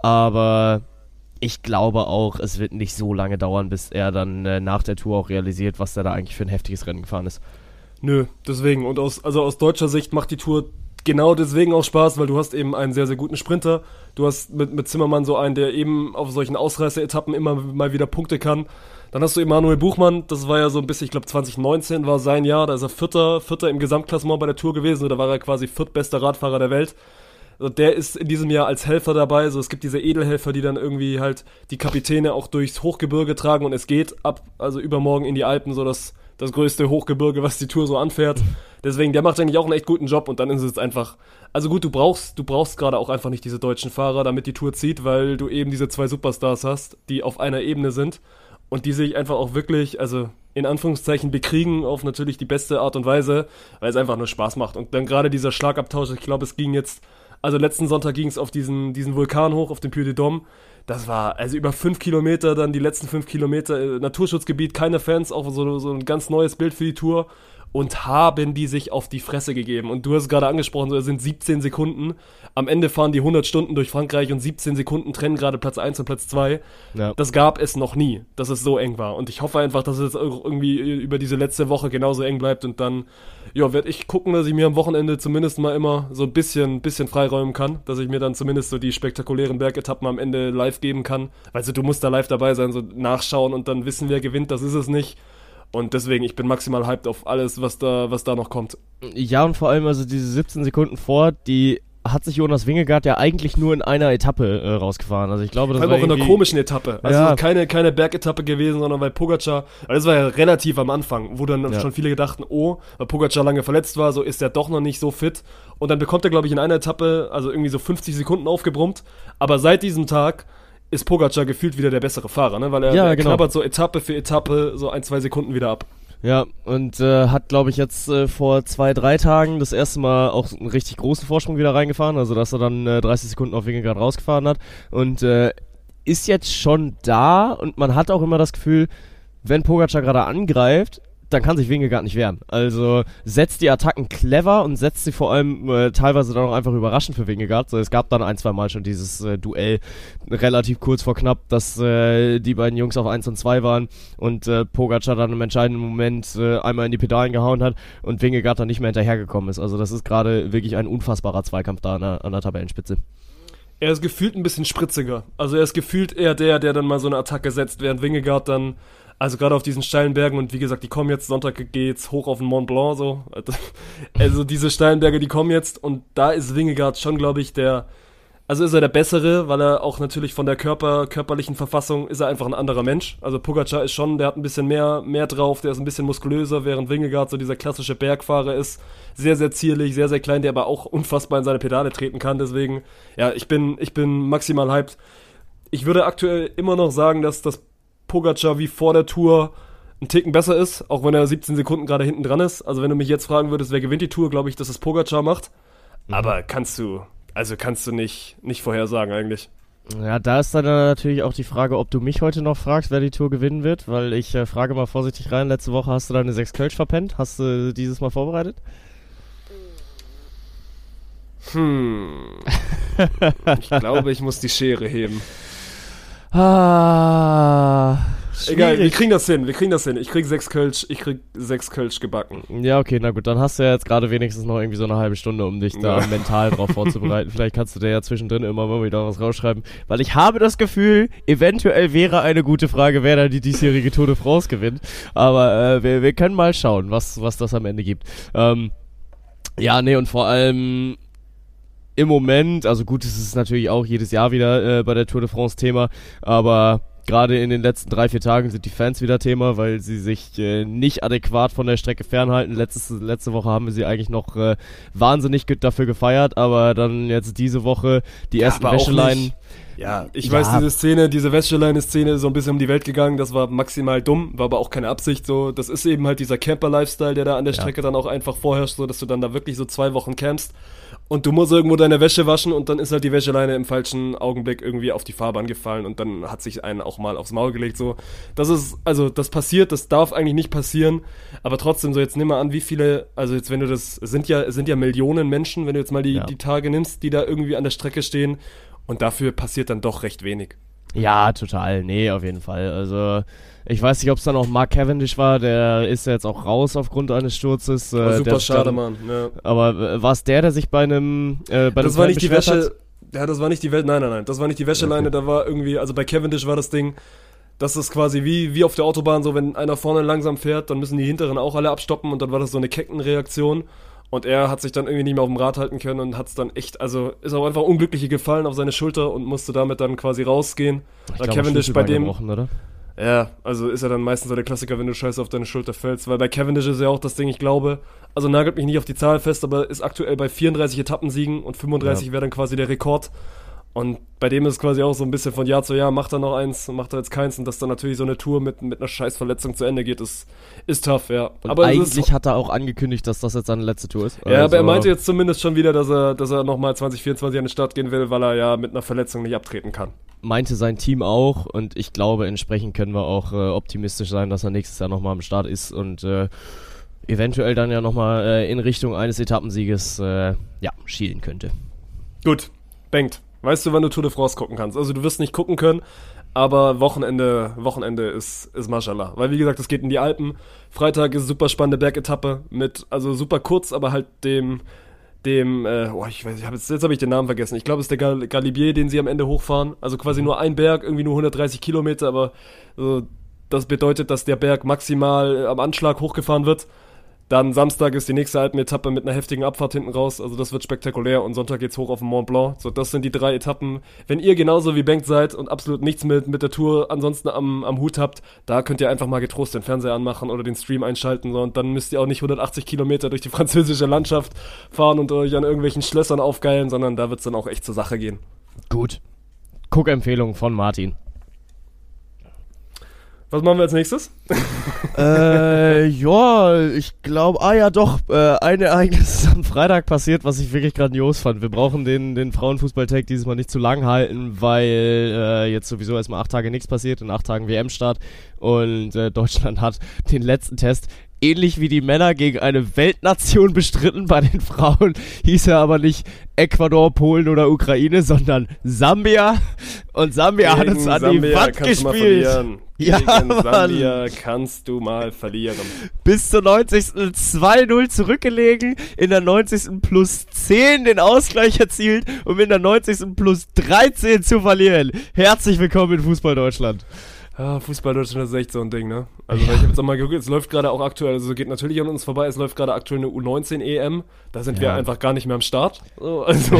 Aber ich glaube auch, es wird nicht so lange dauern, bis er dann nach der Tour auch realisiert, was der da eigentlich für ein heftiges Rennen gefahren ist. Nö, deswegen. Und aus deutscher Sicht macht die Tour genau deswegen auch Spaß, weil du hast eben einen sehr, sehr guten Sprinter. Du hast mit Zimmermann so einen, der eben auf solchen Ausreißer-Etappen immer mal wieder Punkte kann. Dann hast du Emanuel Buchmann, das war ja so ein bisschen, ich glaube 2019 war sein Jahr, da ist er Vierter im Gesamtklassement bei der Tour gewesen, da war er quasi viertbester Radfahrer der Welt. Also der ist in diesem Jahr als Helfer dabei, also es gibt diese Edelhelfer, die dann irgendwie halt die Kapitäne auch durchs Hochgebirge tragen und es geht also übermorgen in die Alpen, so das größte Hochgebirge, was die Tour so anfährt. Deswegen, der macht eigentlich auch einen echt guten Job und dann ist es einfach, also gut, du brauchst gerade auch einfach nicht diese deutschen Fahrer, damit die Tour zieht, weil du eben diese zwei Superstars hast, die auf einer Ebene sind. Und die sich einfach auch wirklich, also in Anführungszeichen, bekriegen auf natürlich die beste Art und Weise, weil es einfach nur Spaß macht. Und dann gerade dieser Schlagabtausch, ich glaube, es ging jetzt, also letzten Sonntag ging es auf diesen Vulkan hoch, auf den Puy de Dôme. Das war also über 5 Kilometer, dann die letzten 5 Kilometer, Naturschutzgebiet, keine Fans, auch so ein ganz neues Bild für die Tour. Und haben die sich auf die Fresse gegeben. Und du hast es gerade angesprochen, so, es sind 17 Sekunden. Am Ende fahren die 100 Stunden durch Frankreich und 17 Sekunden trennen gerade Platz 1 und Platz 2. Ja. Das gab es noch nie, dass es so eng war. Und ich hoffe einfach, dass es jetzt irgendwie über diese letzte Woche genauso eng bleibt. Und dann, werde ich gucken, dass ich mir am Wochenende zumindest mal immer so ein bisschen freiräumen kann. Dass ich mir dann zumindest so die spektakulären Bergetappen am Ende live geben kann. Weil du musst da live dabei sein, so nachschauen und dann wissen, wer gewinnt. Das ist es nicht. Und deswegen, ich bin maximal hyped auf alles, was da noch kommt. Ja, und vor allem, also diese 17 Sekunden vor, die hat sich Jonas Vingegaard ja eigentlich nur in einer Etappe rausgefahren. Also ich glaube, das Vor war allem auch in einer komischen Etappe. Also Ja. keine Bergetappe gewesen, sondern weil Pogacar, weil das war ja relativ am Anfang, wo dann Ja. schon viele gedachten, weil Pogacar lange verletzt war, so ist er doch noch nicht so fit. Und dann bekommt er, glaube ich, in einer Etappe, also irgendwie so 50 Sekunden aufgebrummt. Aber seit diesem Tag ist Pogacar gefühlt wieder der bessere Fahrer, ne? Weil er genau. knabbert so Etappe für Etappe so 1-2 Sekunden wieder ab. Ja, und hat, glaube ich, jetzt vor 2-3 Tagen das erste Mal auch einen richtig großen Vorsprung wieder reingefahren, also dass er dann 30 Sekunden auf Vingegaard rausgefahren hat und ist jetzt schon da und man hat auch immer das Gefühl, wenn Pogacar gerade angreift, dann kann sich Vingegaard nicht wehren. Also setzt die Attacken clever und setzt sie vor allem teilweise dann auch einfach überraschend für Vingegaard. So, es gab dann 1-2 Mal schon dieses Duell relativ kurz vor knapp, dass die beiden Jungs auf 1 und 2 waren und Pogacar dann im entscheidenden Moment einmal in die Pedalen gehauen hat und Vingegaard dann nicht mehr hinterhergekommen ist. Also das ist gerade wirklich ein unfassbarer Zweikampf da an der Tabellenspitze. Er ist gefühlt ein bisschen spritziger. Also er ist gefühlt eher der dann mal so eine Attacke setzt, während Vingegaard dann, also gerade auf diesen steilen Bergen, und wie gesagt, die kommen jetzt, Sonntag geht's hoch auf den Mont Blanc, so. Also diese steilen Berge, die kommen jetzt, und da ist Vingegaard schon, glaube ich, also ist er der Bessere, weil er auch natürlich von der körperlichen Verfassung ist er einfach ein anderer Mensch. Also Pogacar ist schon, der hat ein bisschen mehr drauf, der ist ein bisschen muskulöser, während Vingegaard so dieser klassische Bergfahrer ist. Sehr, sehr zierlich, sehr, sehr klein, der aber auch unfassbar in seine Pedale treten kann. Deswegen, ja, ich bin maximal hyped. Ich würde aktuell immer noch sagen, dass das Pogacar wie vor der Tour ein Ticken besser ist, auch wenn er 17 Sekunden gerade hinten dran ist. Also wenn du mich jetzt fragen würdest, wer gewinnt die Tour, glaube ich, dass es Pogacar macht. Aber kannst du nicht vorhersagen eigentlich. Ja, da ist dann natürlich auch die Frage, ob du mich heute noch fragst, wer die Tour gewinnen wird, weil ich frage mal vorsichtig rein, letzte Woche hast du deine 6 Kölsch verpennt. Hast du dieses Mal vorbereitet? Ich glaube, ich muss die Schere heben. Schwierig. Egal, wir kriegen das hin. Ich krieg 6 Kölsch gebacken. Ja, okay, na gut, dann hast du ja jetzt gerade wenigstens noch irgendwie so eine halbe Stunde, um dich da mental drauf vorzubereiten. Vielleicht kannst du dir ja zwischendrin immer mal wieder was rausschreiben, weil ich habe das Gefühl, eventuell wäre eine gute Frage, wer da die diesjährige Tour de France gewinnt. Aber wir können mal schauen, was das am Ende gibt. Ja, nee, und vor allem im Moment, also gut, es ist natürlich auch jedes Jahr wieder bei der Tour de France Thema, aber gerade in den letzten 3-4 Tagen sind die Fans wieder Thema, weil sie sich nicht adäquat von der Strecke fernhalten. Letzte Woche haben wir sie eigentlich noch wahnsinnig dafür gefeiert, aber dann jetzt diese Woche die ersten Wäscheleinen. Ja, ich weiß, diese Wäscheleine-Szene ist so ein bisschen um die Welt gegangen, das war maximal dumm, war aber auch keine Absicht so. Das ist eben halt dieser Camper-Lifestyle, der da an der Strecke dann auch einfach vorherrscht, so dass du dann da wirklich so 2 Wochen campst und du musst irgendwo deine Wäsche waschen und dann ist halt die Wäscheleine im falschen Augenblick irgendwie auf die Fahrbahn gefallen und dann hat sich einen auch mal aufs Maul gelegt, so. Das passiert, das darf eigentlich nicht passieren, aber trotzdem, so jetzt nimm mal an, wie viele, also jetzt wenn du es sind ja Millionen Menschen, wenn du jetzt mal die Tage nimmst, die da irgendwie an der Strecke stehen, und dafür passiert dann doch recht wenig. Ja, total. Nee, auf jeden Fall. Also, ich weiß nicht, ob es dann auch Mark Cavendish war, der ist ja jetzt auch raus aufgrund eines Sturzes. Super schade, Mann. Ja. Aber war es der sich bei einem das war nicht die Wäsche. Ja, das war nicht die Nein, das war nicht die Wäscheleine, okay. Da war irgendwie, also bei Cavendish war das Ding, das ist quasi wie auf der Autobahn, so wenn einer vorne langsam fährt, dann müssen die hinteren auch alle abstoppen und dann war das so eine Kettenreaktion. Und er hat sich dann irgendwie nicht mehr auf dem Rad halten können und hat es dann echt, also ist auch einfach unglücklich gefallen auf seine Schulter und musste damit dann quasi rausgehen. Ich glaube, Cavendish bei dem oder? Ja, also ist ja dann meistens so der Klassiker, wenn du scheiße auf deine Schulter fällst, weil bei Cavendish ist ja auch das Ding, ich glaube, also nagelt mich nicht auf die Zahl fest, aber ist aktuell bei 34 Etappensiegen und 35 wäre dann quasi der Rekord. Und bei dem ist es quasi auch so ein bisschen von Jahr zu Jahr, macht er noch eins, macht er jetzt keins, und dass dann natürlich so eine Tour mit einer Scheißverletzung zu Ende geht, ist tough, ja. Und aber eigentlich hat er auch angekündigt, dass das jetzt seine letzte Tour ist. Ja, also, aber er meinte jetzt zumindest schon wieder, dass er nochmal 2024 an den Start gehen will, weil er ja mit einer Verletzung nicht abtreten kann. Meinte sein Team auch, und ich glaube, entsprechend können wir auch optimistisch sein, dass er nächstes Jahr nochmal am Start ist und eventuell dann ja nochmal in Richtung eines Etappensieges schielen könnte. Gut, Bengt. Weißt du, wann du Tour de France gucken kannst? Also du wirst nicht gucken können, aber Wochenende ist Mashallah. Weil wie gesagt, es geht in die Alpen. Freitag ist eine super spannende Bergetappe mit, also super kurz, aber halt jetzt habe ich den Namen vergessen. Ich glaube, es ist der Galibier, den sie am Ende hochfahren. Also quasi nur ein Berg, irgendwie nur 130 Kilometer, aber das bedeutet, dass der Berg maximal am Anschlag hochgefahren wird. Dann Samstag ist die nächste Alpenetappe mit einer heftigen Abfahrt hinten raus, also das wird spektakulär, und Sonntag geht's hoch auf den Mont Blanc. So, das sind die 3 Etappen. Wenn ihr genauso wie Bengt seid und absolut nichts mit der Tour ansonsten am Hut habt, da könnt ihr einfach mal getrost den Fernseher anmachen oder den Stream einschalten, so, und dann müsst ihr auch nicht 180 Kilometer durch die französische Landschaft fahren und euch an irgendwelchen Schlössern aufgeilen, sondern da wird's dann auch echt zur Sache gehen. Gut. Guckempfehlung von Martin. Was machen wir als nächstes? Ich glaube, ein Ereignis ist am Freitag passiert, was ich wirklich grandios fand. Wir brauchen den Frauenfußball-Tag dieses Mal nicht zu lang halten, weil jetzt sowieso erstmal 8 Tage nichts passiert, in 8 Tagen WM-Start, und Deutschland hat den letzten Test ähnlich wie die Männer gegen eine Weltnation bestritten. Bei den Frauen hieß er aber nicht Ecuador, Polen oder Ukraine, sondern Sambia. Und Sambia hat uns an die Wand gespielt. Ja, gegen Mann. Sambia kannst du mal verlieren. Bis zur 90. 2-0 zurückgelegen, in der 90. plus 10 den Ausgleich erzielt, um in der 90. plus 13 zu verlieren. Herzlich willkommen in Fußball Deutschland. Ja, Fußball Deutschland ist echt so ein Ding, ne? Also ich habe jetzt auch mal geguckt, es läuft gerade auch aktuell, also geht natürlich an uns vorbei, es läuft gerade aktuell eine U19 EM, da sind wir einfach gar nicht mehr am Start. So, also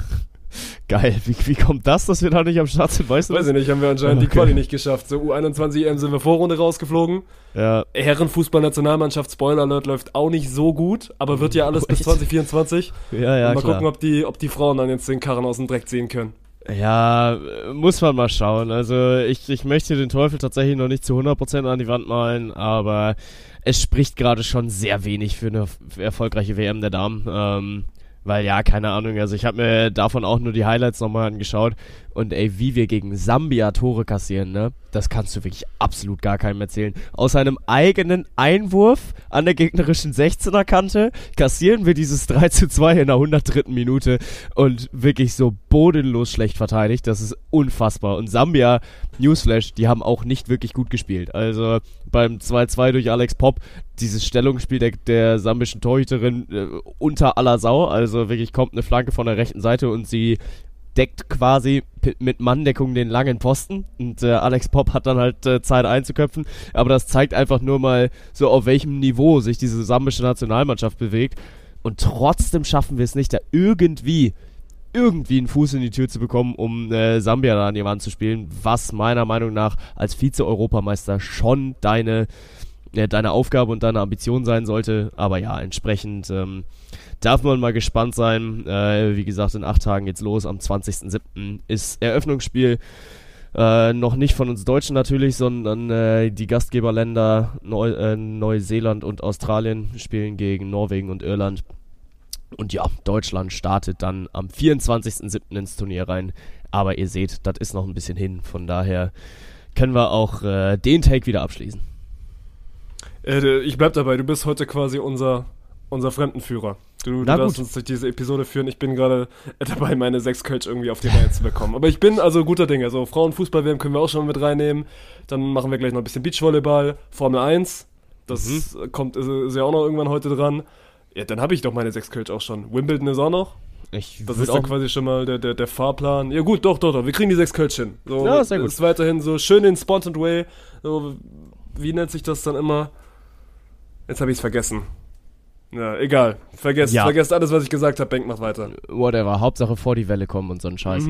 Geil, wie kommt das, dass wir da nicht am Start sind, weißt du weiß ich nicht, haben wir anscheinend die Quali nicht geschafft. So U21 EM sind wir Vorrunde rausgeflogen. Ja. Herrenfußball-Nationalmannschaft, Spoiler Alert, läuft auch nicht so gut, aber wird ja alles bis 2024. Ja, mal klar. gucken, ob die Frauen dann jetzt den Karren aus dem Dreck ziehen können. Ja, muss man mal schauen. Also ich möchte den Teufel tatsächlich noch nicht zu 100% an die Wand malen, aber es spricht gerade schon sehr wenig für eine erfolgreiche WM der Damen. Weil ja, keine Ahnung, also ich habe mir davon auch nur die Highlights nochmal angeschaut und ey, wie wir gegen Sambia Tore kassieren, ne? Das kannst du wirklich absolut gar keinem erzählen. Aus einem eigenen Einwurf an der gegnerischen 16er Kante kassieren wir dieses 3:2 in der 103. Minute und wirklich so bodenlos schlecht verteidigt. Das ist unfassbar. Und Sambia, Newsflash, die haben auch nicht wirklich gut gespielt. Also beim 2:2 durch Alex Popp, dieses Stellungsspiel der sambischen Torhüterin unter aller Sau. Also wirklich kommt eine Flanke von der rechten Seite und sie deckt quasi mit Manndeckung den langen Posten und Alex Popp hat dann halt Zeit einzuköpfen, aber das zeigt einfach nur mal so, auf welchem Niveau sich diese sambische Nationalmannschaft bewegt und trotzdem schaffen wir es nicht, da irgendwie einen Fuß in die Tür zu bekommen, um Sambia da an die Wand zu spielen, was meiner Meinung nach als Vize-Europameister schon deine Aufgabe und deine Ambition sein sollte, aber ja, entsprechend darf man mal gespannt sein. Wie gesagt, in 8 Tagen geht's los. Am 20.07. ist Eröffnungsspiel. Noch nicht von uns Deutschen natürlich, sondern die Gastgeberländer Neuseeland und Australien spielen gegen Norwegen und Irland. Und ja, Deutschland startet dann am 24.07. ins Turnier rein. Aber ihr seht, das ist noch ein bisschen hin. Von daher können wir auch den Take wieder abschließen. Ich bleib dabei, du bist heute quasi unser Fremdenführer. Du darfst uns durch diese Episode führen. Ich bin gerade dabei, meine 6 Kölsch irgendwie auf die Reihe zu bekommen. Aber ich bin also guter Dinge. Also Frauenfußball-WM können wir auch schon mit reinnehmen. Dann machen wir gleich noch ein bisschen Beachvolleyball, Formel 1. Das ist ja auch noch irgendwann heute dran. Ja, dann habe ich doch meine 6 Kölsch auch schon. Wimbledon ist auch noch. Das ist dann quasi schon mal der Fahrplan. Ja gut, doch. Wir kriegen die 6 Kölsch hin. So, ja, sehr gut. Ist weiterhin so schön in Spontan Way. So, wie nennt sich das dann immer? Jetzt habe ich es vergessen. Ja, egal. Vergesst alles, was ich gesagt habe. Bank macht weiter. Whatever. Hauptsache vor die Welle kommen und so ein Scheiß.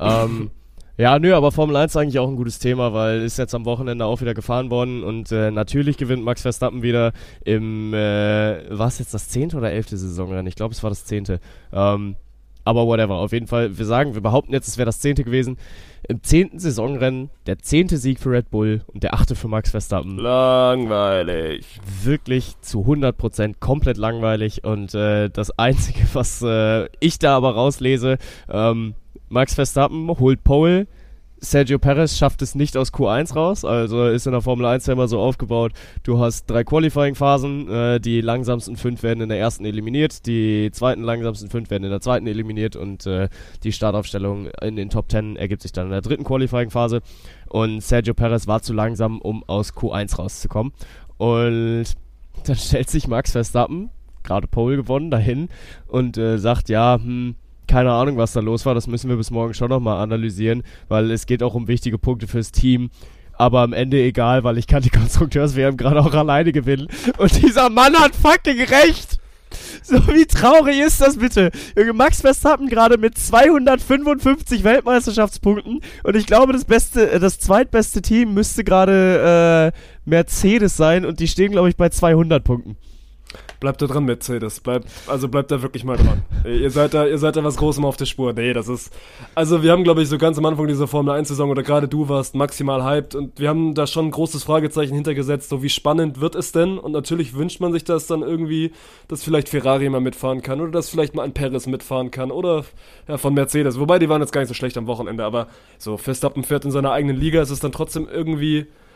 Ja, aber Formel 1 ist eigentlich auch ein gutes Thema, weil ist jetzt am Wochenende auch wieder gefahren worden und natürlich gewinnt Max Verstappen wieder im, war es jetzt das 10. oder 11. Saisonrennen? Ich glaube, es war das 10. Aber whatever, auf jeden Fall, wir behaupten jetzt, es wäre das 10. gewesen. Im 10. Saisonrennen, der 10. Sieg für Red Bull und der 8. für Max Verstappen. Langweilig. Wirklich zu 100% komplett langweilig und das Einzige, was ich da aber rauslese, Max Verstappen holt Pole, Sergio Perez schafft es nicht aus Q1 raus, also ist in der Formel 1 ja immer so aufgebaut, du hast 3 Qualifying-Phasen, die langsamsten 5 werden in der ersten eliminiert, die zweiten langsamsten 5 werden in der zweiten eliminiert und die Startaufstellung in den Top 10 ergibt sich dann in der dritten Qualifying-Phase und Sergio Perez war zu langsam, um aus Q1 rauszukommen und dann stellt sich Max Verstappen, gerade Pole gewonnen, dahin und sagt, keine Ahnung, was da los war, das müssen wir bis morgen schon nochmal analysieren, weil es geht auch um wichtige Punkte fürs Team, aber am Ende egal, weil ich kann die Konstrukteurs-WM gerade auch alleine gewinnen und dieser Mann hat fucking recht! So, wie traurig ist das bitte? Max Verstappen gerade mit 255 Weltmeisterschaftspunkten und ich glaube, das zweitbeste Team müsste gerade Mercedes sein und die stehen, glaube ich, bei 200 Punkten. Bleibt da dran, Mercedes. Bleibt da wirklich mal dran. Ihr seid da was Großem auf der Spur. Nee, das ist... Also wir haben, glaube ich, so ganz am Anfang dieser Formel-1-Saison, oder gerade du warst maximal hyped und wir haben da schon ein großes Fragezeichen hintergesetzt, so wie spannend wird es denn? Und natürlich wünscht man sich das dann irgendwie, dass vielleicht Ferrari mal mitfahren kann oder dass vielleicht mal ein Perez mitfahren kann oder von Mercedes. Wobei, die waren jetzt gar nicht so schlecht am Wochenende, aber so Verstappen fährt in seiner eigenen Liga, ist es dann trotzdem irgendwie...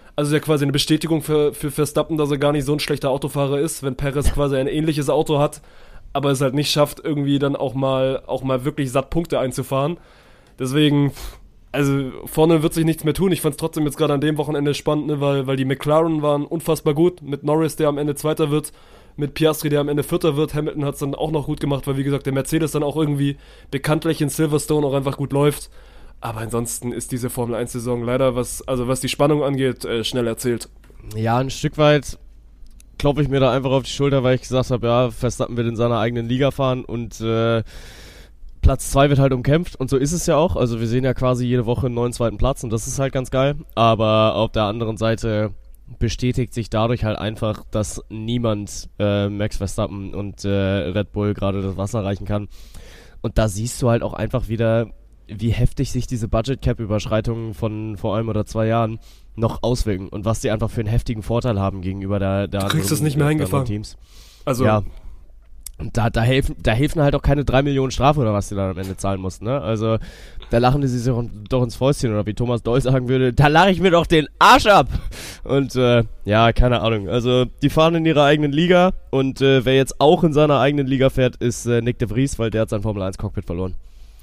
Also ja quasi eine Bestätigung für Verstappen, dass er gar nicht so ein schlechter Autofahrer ist, wenn Perez quasi ein ähnliches Auto hat, aber es halt nicht schafft, irgendwie dann auch mal wirklich satt Punkte einzufahren. Deswegen, also vorne wird sich nichts mehr tun. Ich fand es trotzdem jetzt gerade an dem Wochenende spannend, ne, weil die McLaren waren unfassbar gut, mit Norris, der am Ende Zweiter wird, mit Piastri, der am Ende Vierter wird. Hamilton hat es dann auch noch gut gemacht, weil wie gesagt, der Mercedes dann auch irgendwie bekanntlich in Silverstone auch einfach gut läuft. Aber ansonsten ist diese Formel-1-Saison leider, was die Spannung angeht, schnell erzählt. Ja, ein Stück weit klopfe ich mir da einfach auf die Schulter, weil ich gesagt habe, ja, Verstappen wird in seiner eigenen Liga fahren und Platz 2 wird halt umkämpft und so ist es ja auch. Also wir sehen ja quasi jede Woche einen neuen zweiten Platz und das ist halt ganz geil. Aber auf der anderen Seite bestätigt sich dadurch halt einfach, dass niemand Max Verstappen und Red Bull gerade das Wasser reichen kann. Und da siehst du halt auch einfach wieder, wie heftig sich diese Budget-Cap-Überschreitungen von vor 1 oder 2 Jahren noch auswirken und was die einfach für einen heftigen Vorteil haben gegenüber der du kriegst es nicht mehr eingefangen. Teams. Also ja. Und da helfen halt auch keine 3 Millionen Strafe oder was die dann am Ende zahlen mussten, ne? Also, da lachen die sich doch ins Fäustchen oder wie Thomas Doll sagen würde, da lache ich mir doch den Arsch ab! Und, ja, keine Ahnung. Also, die fahren in ihrer eigenen Liga und wer jetzt auch in seiner eigenen Liga fährt, ist Nick de Vries, weil der hat sein Formel-1-Cockpit verloren.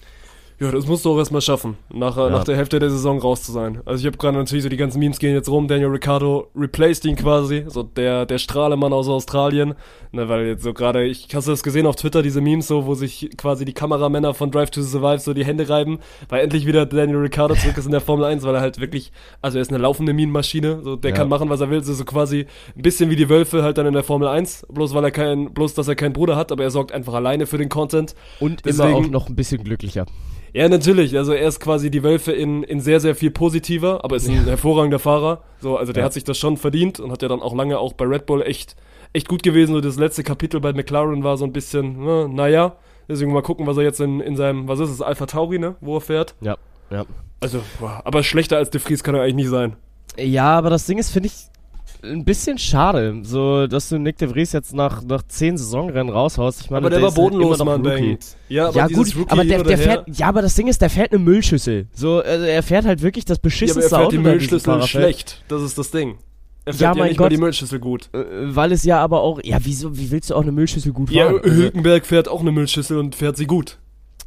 Ja, das musst du auch erstmal schaffen, nach der Hälfte der Saison raus zu sein. Also ich habe gerade natürlich so die ganzen Memes gehen jetzt rum, Daniel Ricciardo replaced ihn quasi, so der Strahlemann aus Australien, ne, weil jetzt so gerade, hast du das gesehen auf Twitter, diese Memes so, wo sich quasi die Kameramänner von Drive to Survive so die Hände reiben, weil endlich wieder Daniel Ricciardo zurück ist in der Formel 1, weil er halt wirklich, also er ist eine laufende Minenmaschine, so der kann machen, was er will, so quasi ein bisschen wie die Wölfe halt dann in der Formel 1, bloß dass er keinen Bruder hat, aber er sorgt einfach alleine für den Content. Und deswegen, immer auch noch ein bisschen glücklicher. Ja, natürlich. Also er ist quasi die Wölfe in sehr, sehr viel positiver, aber ist ein hervorragender Fahrer. So, also der hat sich das schon verdient und hat ja dann auch lange auch bei Red Bull echt gut gewesen. So das letzte Kapitel bei McLaren war so ein bisschen, naja. Deswegen mal gucken, was er jetzt in seinem, was ist es, Alpha Tauri, ne, wo er fährt. Ja. Also, aber schlechter als de Vries kann er eigentlich nicht sein. Ja, aber das Ding ist, finde ich, ein bisschen schade, so dass du Nick de Vries jetzt nach 10 Saisonrennen raushaust. Ich meine, aber der war bodenlos, man denkt. Ja, aber gut, aber der fährt, ja, aber das Ding ist, der fährt eine Müllschüssel. So, also er fährt halt wirklich das beschissenste Auto. Ja, aber er fährt die Müllschüssel schlecht. Das ist das Ding. Er fährt ja nicht mal die Müllschüssel gut. Weil es ja aber auch, ja, wie willst du auch eine Müllschüssel gut fahren? Ja, Hülkenberg fährt auch eine Müllschüssel und fährt sie gut.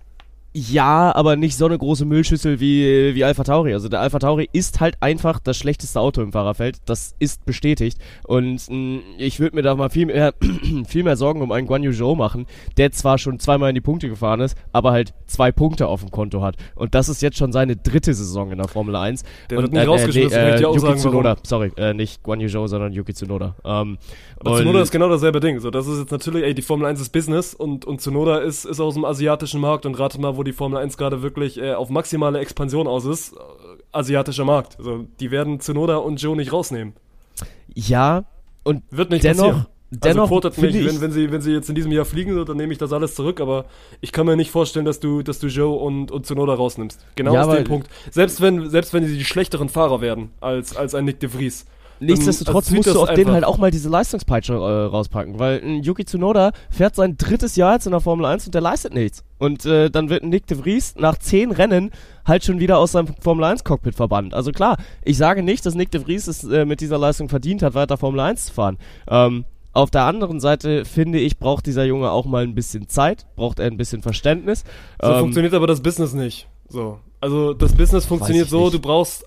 Ja, aber nicht so eine große Müllschüssel wie Alpha Tauri. Also der Alpha Tauri ist halt einfach das schlechteste Auto im Fahrerfeld. Das ist bestätigt. Und ich würde mir da mal viel mehr Sorgen um einen Guan Yu Zhou machen, der zwar schon 2-mal in die Punkte gefahren ist, aber halt 2 Punkte auf dem Konto hat. Und das ist jetzt schon seine 3. Saison in der Formel 1. Der wird nicht rausgeschmissen, kann ich dir auch Yuki sagen, Tsunoda, warum. Sorry, nicht Guan Yu Zhou, sondern Yuki Tsunoda. Aber Tsunoda ist genau dasselbe Ding. So, das ist jetzt natürlich, die Formel 1 ist Business und Tsunoda ist aus dem asiatischen Markt und rate mal, wo die Formel 1 gerade wirklich auf maximale Expansion aus ist. Asiatischer Markt. Also, die werden Tsunoda und Zhou nicht rausnehmen. Ja, und wird nicht passieren. Dennoch quotet mich, wenn sie jetzt in diesem Jahr fliegen, so, dann nehme ich das alles zurück, aber ich kann mir nicht vorstellen, dass du Zhou und Tsunoda rausnimmst. Genau aus dem Punkt. Selbst wenn sie die schlechteren Fahrer werden als ein Nick de Vries. Nichtsdestotrotz musst du auf den halt auch mal diese Leistungspeitsche rauspacken, weil ein Yuki Tsunoda fährt sein 3. Jahr jetzt in der Formel 1 und der leistet nichts. Und dann wird ein Nick de Vries nach 10 Rennen halt schon wieder aus seinem Formel 1 Cockpit verbannt. Also klar, ich sage nicht, dass Nick de Vries es mit dieser Leistung verdient hat, weiter Formel 1 zu fahren. Auf der anderen Seite, finde ich, braucht dieser Junge auch mal ein bisschen Zeit, braucht er ein bisschen Verständnis. So funktioniert aber das Business nicht. So. Also das Business funktioniert so, nicht. Du brauchst,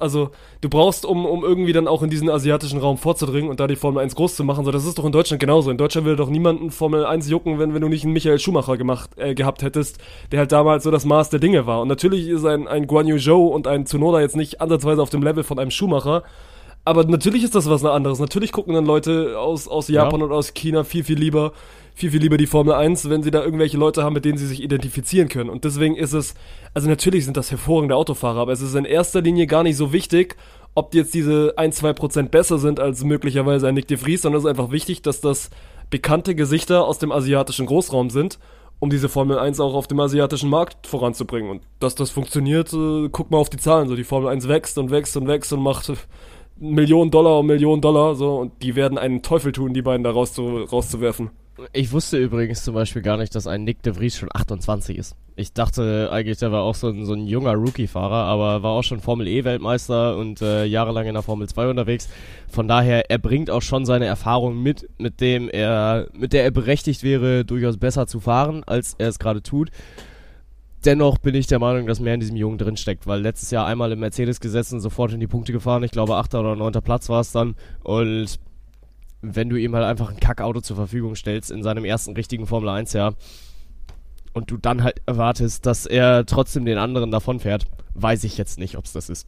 um irgendwie dann auch in diesen asiatischen Raum vorzudringen und da die Formel 1 groß zu machen, so, das ist doch in Deutschland genauso. In Deutschland würde doch niemanden Formel 1 jucken, wenn du nicht einen Michael Schumacher gehabt hättest, der halt damals so das Maß der Dinge war. Und natürlich ist ein Guan Yu Zhou und ein Tsunoda jetzt nicht ansatzweise auf dem Level von einem Schumacher, aber natürlich ist das was anderes. Natürlich gucken dann Leute aus Japan und aus China viel lieber die Formel 1, wenn sie da irgendwelche Leute haben, mit denen sie sich identifizieren können. Und deswegen ist es, also natürlich sind das hervorragende Autofahrer, aber es ist in erster Linie gar nicht so wichtig, ob die jetzt diese 1-2% besser sind als möglicherweise ein Nick de Vries, sondern es ist einfach wichtig, dass das bekannte Gesichter aus dem asiatischen Großraum sind, um diese Formel 1 auch auf dem asiatischen Markt voranzubringen. Und dass das funktioniert, guck mal auf die Zahlen. So, die Formel 1 wächst und macht $1 Million, so, und die werden einen Teufel tun, die beiden da rauszuwerfen. Ich wusste übrigens zum Beispiel gar nicht, dass ein Nick de Vries schon 28 ist. Ich dachte eigentlich, der war auch so ein junger Rookie-Fahrer, aber war auch schon Formel-E-Weltmeister und jahrelang in der Formel 2 unterwegs. Von daher, er bringt auch schon seine Erfahrung mit der er berechtigt wäre, durchaus besser zu fahren, als er es gerade tut. Dennoch bin ich der Meinung, dass mehr in diesem Jungen drinsteckt, weil letztes Jahr einmal im Mercedes gesessen, sofort in die Punkte gefahren. Ich glaube, 8. oder 9. Platz war es dann. Und wenn du ihm halt einfach ein Kackauto zur Verfügung stellst in seinem ersten richtigen Formel-1-Jahr und du dann halt erwartest, dass er trotzdem den anderen davonfährt, weiß ich jetzt nicht, ob es das ist.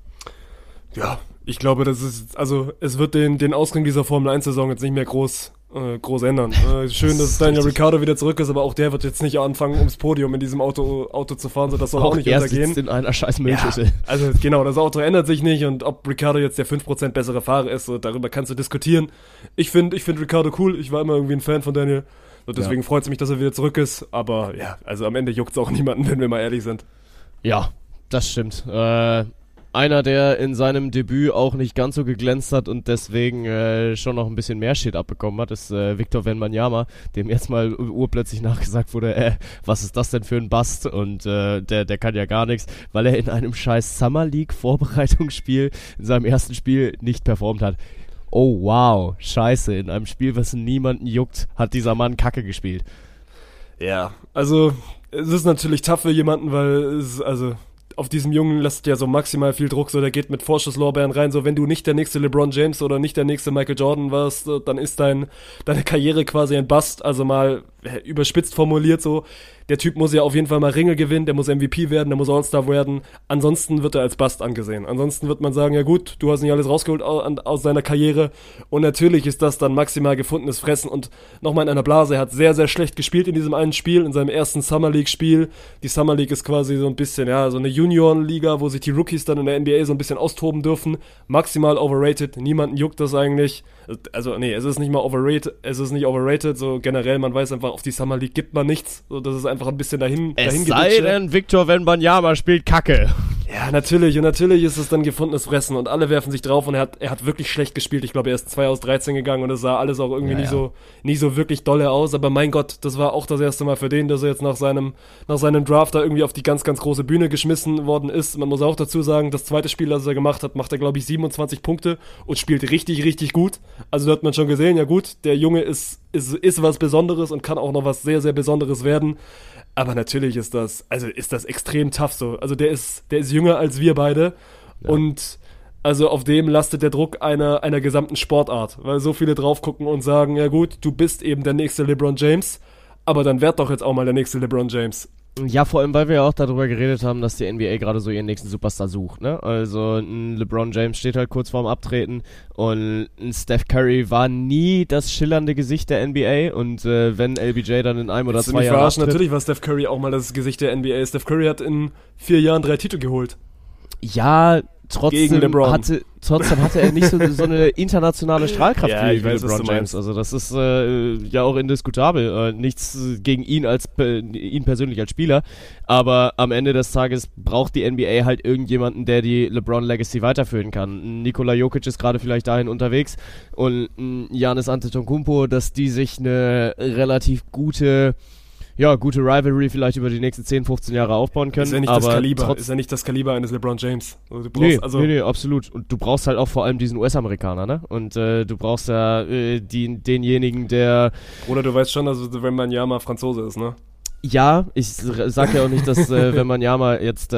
Ja, ich glaube, es wird den Ausgang dieser Formel-1-Saison jetzt nicht mehr groß ändern. Schön, dass Daniel Ricciardo wieder zurück ist, aber auch der wird jetzt nicht anfangen, ums Podium in diesem Auto zu fahren, so das soll auch nicht untergehen. Er sitzt in einer scheiß Müllschüssel. Ja, also genau, das Auto ändert sich nicht und ob Ricciardo jetzt der 5% bessere Fahrer ist, so, darüber kannst du diskutieren. Ich find Ricciardo cool, ich war immer irgendwie ein Fan von Daniel und deswegen freut es mich, dass er wieder zurück ist, aber ja, also am Ende juckt es auch niemanden, wenn wir mal ehrlich sind. Ja, das stimmt. Einer, der in seinem Debüt auch nicht ganz so geglänzt hat und deswegen schon noch ein bisschen mehr Shit abbekommen hat, ist Victor Wembanyama, dem jetzt mal urplötzlich nachgesagt wurde, was ist das denn für ein Bast? Und der kann ja gar nichts, weil er in einem scheiß Summer League Vorbereitungsspiel in seinem ersten Spiel nicht performt hat. Oh wow, scheiße, in einem Spiel, was niemanden juckt, hat dieser Mann Kacke gespielt. Ja, also es ist natürlich tough für jemanden, weil auf diesem Jungen lastet ja so maximal viel Druck, so der geht mit Vorschusslorbeeren rein, so wenn du nicht der nächste LeBron James oder nicht der nächste Michael Jordan warst, dann ist deine Karriere quasi ein Bust, also mal überspitzt formuliert so, der Typ muss ja auf jeden Fall mal Ringe gewinnen, der muss MVP werden, der muss All-Star werden, ansonsten wird er als Bust angesehen, ansonsten wird man sagen, ja gut, du hast nicht alles rausgeholt aus seiner Karriere und natürlich ist das dann maximal gefundenes Fressen und nochmal in einer Blase, er hat sehr, sehr schlecht gespielt in diesem einen Spiel, in seinem ersten Summer League Spiel, die Summer League ist quasi so ein bisschen, ja, so eine Juniorenliga, wo sich die Rookies dann in der NBA so ein bisschen austoben dürfen, maximal overrated, niemanden juckt das eigentlich, also nee, es ist nicht overrated, so generell, man weiß einfach, auf die Summer League gibt man nichts, so, das ist einfach ein bisschen dahin Es sei denn, Victor Wembanyama spielt Kacke. Ja, natürlich, und natürlich ist es dann gefundenes Fressen und alle werfen sich drauf und er hat wirklich schlecht gespielt, ich glaube, er ist 2 aus 13 gegangen und es sah alles auch irgendwie nicht so wirklich dolle aus, aber mein Gott, das war auch das erste Mal für den, dass er jetzt nach seinem Draft da irgendwie auf die ganz, ganz große Bühne geschmissen worden ist. Man muss auch dazu sagen, das zweite Spiel, das er gemacht hat, macht er, glaube ich, 27 Punkte und spielt richtig, richtig gut. Also da hat man schon gesehen, ja gut, der Junge ist was Besonderes und kann auch noch was sehr, sehr Besonderes werden. Aber natürlich ist das extrem tough so. Also der ist jünger als wir beide und also auf dem lastet der Druck einer gesamten Sportart, weil so viele drauf gucken und sagen, ja gut, du bist eben der nächste LeBron James, aber dann werd doch jetzt auch mal der nächste LeBron James. Ja, vor allem, weil wir ja auch darüber geredet haben, dass die NBA gerade so ihren nächsten Superstar sucht, ne? Also ein LeBron James steht halt kurz vorm Abtreten und ein Steph Curry war nie das schillernde Gesicht der NBA und wenn LBJ dann in einem oder 2 Jahren abtritt... Natürlich war Steph Curry auch mal das Gesicht der NBA. Steph Curry hat in 4 Jahren 3 Titel geholt. Ja, trotzdem hatte er nicht so eine internationale Strahlkraft wie LeBron James. Also das ist ja auch indiskutabel. Nichts gegen ihn ihn persönlich als Spieler. Aber am Ende des Tages braucht die NBA halt irgendjemanden, der die LeBron Legacy weiterführen kann. Nikola Jokic ist gerade vielleicht dahin unterwegs und Giannis Antetokounmpo, dass die sich eine relativ gute Rivalry vielleicht über die nächsten 10, 15 Jahre aufbauen können. Ist ja nicht das Kaliber eines LeBron James. Also du brauchst nee, absolut. Und du brauchst halt auch vor allem diesen US-Amerikaner, ne? Und du brauchst ja denjenigen, der... Oder du weißt schon, dass Wembanyama Franzose ist, ne? Ja, ich sag ja auch nicht, dass Wembanyama jetzt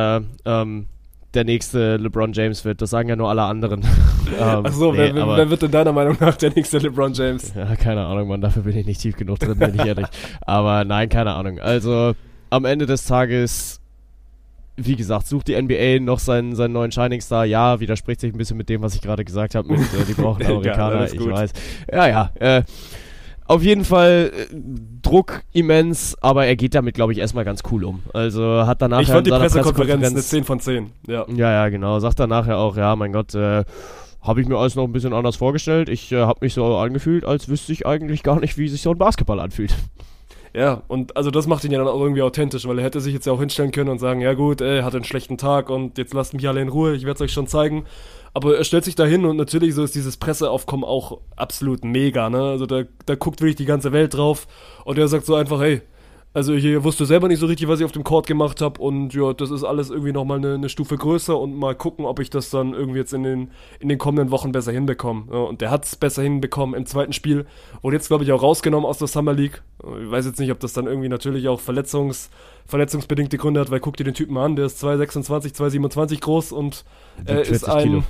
der nächste LeBron James wird. Das sagen ja nur alle anderen. Achso, wer wird denn deiner Meinung nach der nächste LeBron James? Ja, keine Ahnung, Mann. Dafür bin ich nicht tief genug drin, bin ich ehrlich. Aber nein, keine Ahnung. Also, am Ende des Tages, wie gesagt, sucht die NBA noch seinen neuen Shining Star. Ja, widerspricht sich ein bisschen mit dem, was ich gerade gesagt habe. Die brauchen Amerikaner, ich weiß. Ja. Auf jeden Fall Druck immens, aber er geht damit, glaube ich, erstmal ganz cool um. Also hat danach... Ich fand die Pressekonferenz eine 10 von 10. Ja, genau. Sagt dann nachher auch, ja, mein Gott, habe ich mir alles noch ein bisschen anders vorgestellt. Ich habe mich so angefühlt, als wüsste ich eigentlich gar nicht, wie sich so ein Basketball anfühlt. Ja, und also das macht ihn ja dann auch irgendwie authentisch, weil er hätte sich jetzt ja auch hinstellen können und sagen, ja gut, er hatte einen schlechten Tag und jetzt lasst mich alle in Ruhe, ich werde es euch schon zeigen. Aber er stellt sich da hin und natürlich so ist dieses Presseaufkommen auch absolut mega, ne? Also da guckt wirklich die ganze Welt drauf und er sagt so einfach, hey, also ich wusste selber nicht so richtig, was ich auf dem Court gemacht habe und ja, das ist alles irgendwie nochmal eine Stufe größer und mal gucken, ob ich das dann irgendwie jetzt in den kommenden Wochen besser hinbekomme. Ja, und der hat es besser hinbekommen im zweiten Spiel. Wurde jetzt, glaube ich, auch rausgenommen aus der Summer League. Ich weiß jetzt nicht, ob das dann irgendwie natürlich auch verletzungsbedingte Gründe hat, weil guck dir den Typen an, der ist 2,26, 2,27 groß und ist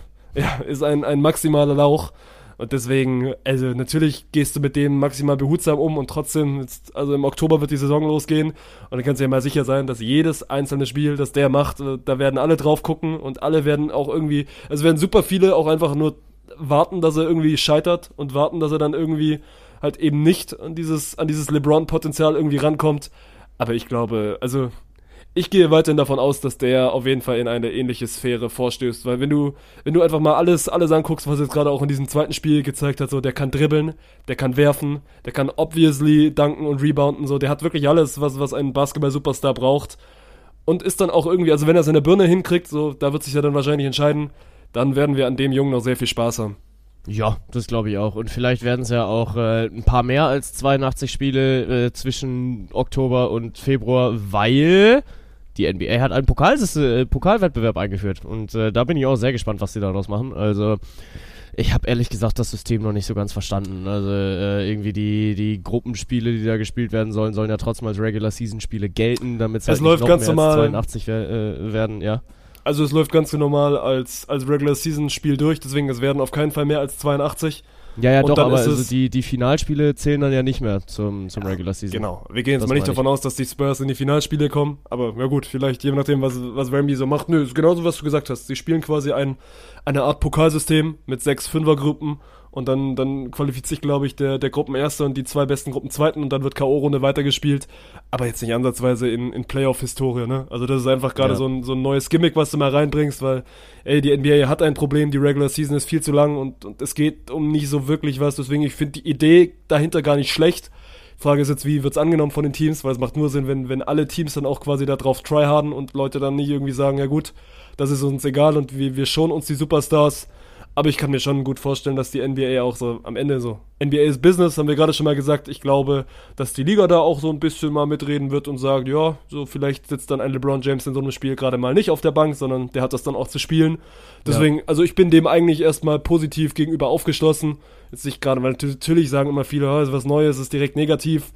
ein maximaler Lauch. Und deswegen, also natürlich gehst du mit dem maximal behutsam um und trotzdem, also im Oktober wird die Saison losgehen und dann kannst du ja mal sicher sein, dass jedes einzelne Spiel, das der macht, da werden alle drauf gucken und alle werden auch irgendwie, also werden super viele auch einfach nur warten, dass er irgendwie scheitert und warten, dass er dann irgendwie halt eben nicht an dieses LeBron-Potenzial irgendwie rankommt. Aber ich glaube, also ich gehe weiterhin davon aus, dass der auf jeden Fall in eine ähnliche Sphäre vorstößt, weil wenn du einfach mal alles anguckst, was er jetzt gerade auch in diesem zweiten Spiel gezeigt hat, so der kann dribbeln, der kann werfen, der kann obviously dunken und rebounden, so der hat wirklich alles, was ein Basketball-Superstar braucht und ist dann auch irgendwie, also wenn er seine Birne hinkriegt, so da wird sich ja dann wahrscheinlich entscheiden, dann werden wir an dem Jungen noch sehr viel Spaß haben. Ja, das glaube ich auch. Und vielleicht werden es ja auch ein paar mehr als 82 Spiele zwischen Oktober und Februar, weil die NBA hat einen Pokalwettbewerb eingeführt. Und da bin ich auch sehr gespannt, was sie daraus machen. Also ich habe ehrlich gesagt das System noch nicht so ganz verstanden. Also irgendwie die Gruppenspiele, die da gespielt werden sollen ja trotzdem als Regular-Season-Spiele gelten, damit es halt läuft nicht noch ganz mehr normal als 82 werden, ja. Also es läuft ganz normal als Regular-Season-Spiel durch, deswegen es werden auf keinen Fall mehr als 82. Ja, und doch, dann aber ist also die Finalspiele zählen dann ja nicht mehr zum Regular Season. Genau, wir gehen jetzt mal nicht davon aus, dass die Spurs in die Finalspiele kommen, aber ja gut, vielleicht je nachdem, was Wemby so macht. Nö, ist genauso, was du gesagt hast. Sie spielen quasi eine Art Pokalsystem mit 6 Fünfergruppen und dann qualifiziert sich, glaube ich, der Gruppenerste und die 2 besten Gruppenzweiten und dann wird K.O.-Runde weitergespielt, aber jetzt nicht ansatzweise in Playoff-Historie, ne? Also das ist einfach gerade so ein neues Gimmick, was du mal reinbringst, weil die NBA hat ein Problem, die Regular Season ist viel zu lang und es geht um nicht so wirklich was, deswegen ich finde die Idee dahinter gar nicht schlecht. Frage ist jetzt, wie wird's angenommen von den Teams, weil es macht nur Sinn, wenn alle Teams dann auch quasi da drauf tryharden und Leute dann nicht irgendwie sagen, ja gut, das ist uns egal und wir schonen uns die Superstars. Aber ich kann mir schon gut vorstellen, dass die NBA auch so am Ende so, NBA ist Business, haben wir gerade schon mal gesagt. Ich glaube, dass die Liga da auch so ein bisschen mal mitreden wird und sagt, ja, so vielleicht sitzt dann ein LeBron James in so einem Spiel gerade mal nicht auf der Bank, sondern der hat das dann auch zu spielen. Deswegen, also ich bin dem eigentlich erstmal positiv gegenüber aufgeschlossen. Jetzt nicht gerade, weil natürlich sagen immer viele, ist was Neues, ist direkt negativ.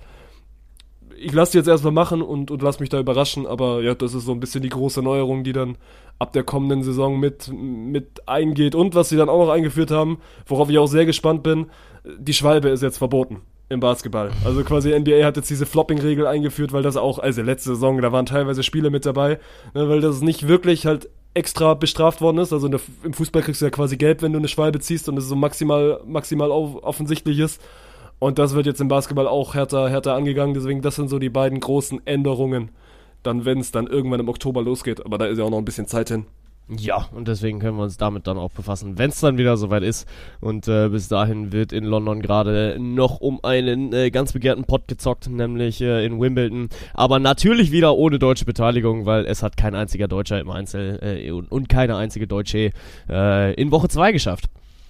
Ich lasse die jetzt erstmal machen und lass mich da überraschen, aber ja, das ist so ein bisschen die große Neuerung, die dann ab der kommenden Saison mit eingeht und was sie dann auch noch eingeführt haben, worauf ich auch sehr gespannt bin, die Schwalbe ist jetzt verboten im Basketball. Also quasi NBA hat jetzt diese Flopping-Regel eingeführt, weil das auch, also letzte Saison, da waren teilweise Spiele mit dabei, ne, weil das nicht wirklich halt extra bestraft worden ist, also im Fußball kriegst du ja quasi gelb, wenn du eine Schwalbe ziehst und es so maximal offensichtlich ist. Und das wird jetzt im Basketball auch härter angegangen, deswegen das sind so die beiden großen Änderungen, dann wenn es dann irgendwann im Oktober losgeht, aber da ist ja auch noch ein bisschen Zeit hin. Ja, und deswegen können wir uns damit dann auch befassen, wenn es dann wieder soweit ist. Und bis dahin wird in London gerade noch um einen ganz begehrten Pot gezockt, nämlich in Wimbledon. Aber natürlich wieder ohne deutsche Beteiligung, weil es hat kein einziger Deutscher im Einzel und keine einzige Deutsche in Woche 2 geschafft.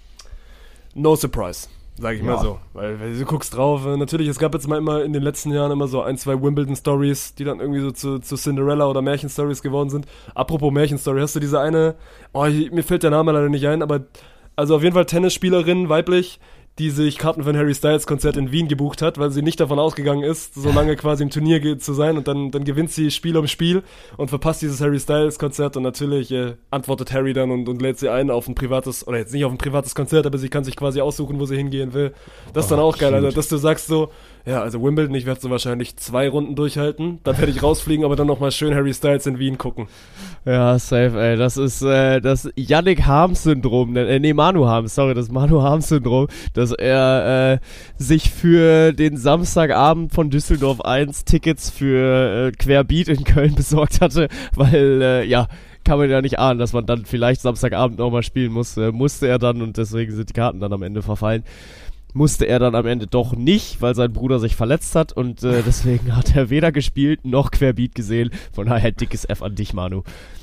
No surprise. Sag ich mal so, weil du guckst drauf, natürlich, es gab jetzt mal immer in den letzten Jahren immer so 1, 2 Wimbledon-Stories, die dann irgendwie so zu Cinderella oder Märchen-Stories geworden sind. Apropos Märchen-Story, hast du diese eine, mir fällt der Name leider nicht ein, aber also auf jeden Fall Tennisspielerin, weiblich, die sich Karten für ein Harry Styles Konzert in Wien gebucht hat, weil sie nicht davon ausgegangen ist, so lange quasi im Turnier zu sein und dann gewinnt sie Spiel um Spiel und verpasst dieses Harry Styles Konzert und natürlich antwortet Harry dann und lädt sie ein auf ein privates, oder jetzt nicht auf ein privates Konzert, aber sie kann sich quasi aussuchen, wo sie hingehen will. Das ist dann auch geil, also dass du sagst so, ja, also Wimbledon, ich werde so wahrscheinlich 2 Runden durchhalten, dann werde ich rausfliegen, aber dann nochmal schön Harry Styles in Wien gucken. Ja, safe, ey, das ist das Yannick Harms-Syndrom, Manu Harms-Syndrom, dass er sich für den Samstagabend von Düsseldorf 1 Tickets für Querbeat in Köln besorgt hatte, weil, kann man ja nicht ahnen, dass man dann vielleicht Samstagabend nochmal spielen muss, musste er dann und deswegen sind die Karten dann am Ende verfallen. musste er dann am Ende doch nicht, weil sein Bruder sich verletzt hat und deswegen hat er weder gespielt noch Querbeat gesehen. Von daher dickes F an dich, Manu.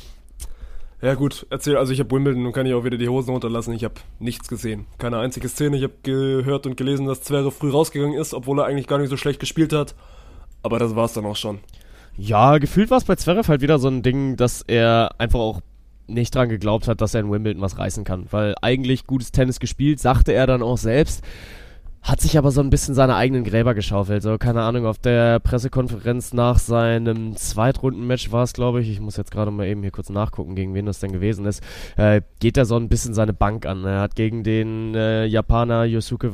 Ja gut, erzähl, also ich habe Wimbledon und kann ich auch wieder die Hosen runterlassen. Ich habe nichts gesehen. Keine einzige Szene. Ich habe gehört und gelesen, dass Zverev früh rausgegangen ist, obwohl er eigentlich gar nicht so schlecht gespielt hat. Aber das war's dann auch schon. Ja, gefühlt war es bei Zverev halt wieder so ein Ding, dass er einfach auch nicht dran geglaubt hat, dass er in Wimbledon was reißen kann. Weil eigentlich gutes Tennis gespielt, sagte er dann auch selbst. Hat sich aber so ein bisschen seine eigenen Gräber geschaufelt. So, keine Ahnung, auf der Pressekonferenz nach seinem Zweitrunden-Match war es, glaube ich. Ich muss jetzt gerade mal eben hier kurz nachgucken, gegen wen das denn gewesen ist. Geht er so ein bisschen seine Bank an. Er hat gegen den Japaner Yosuke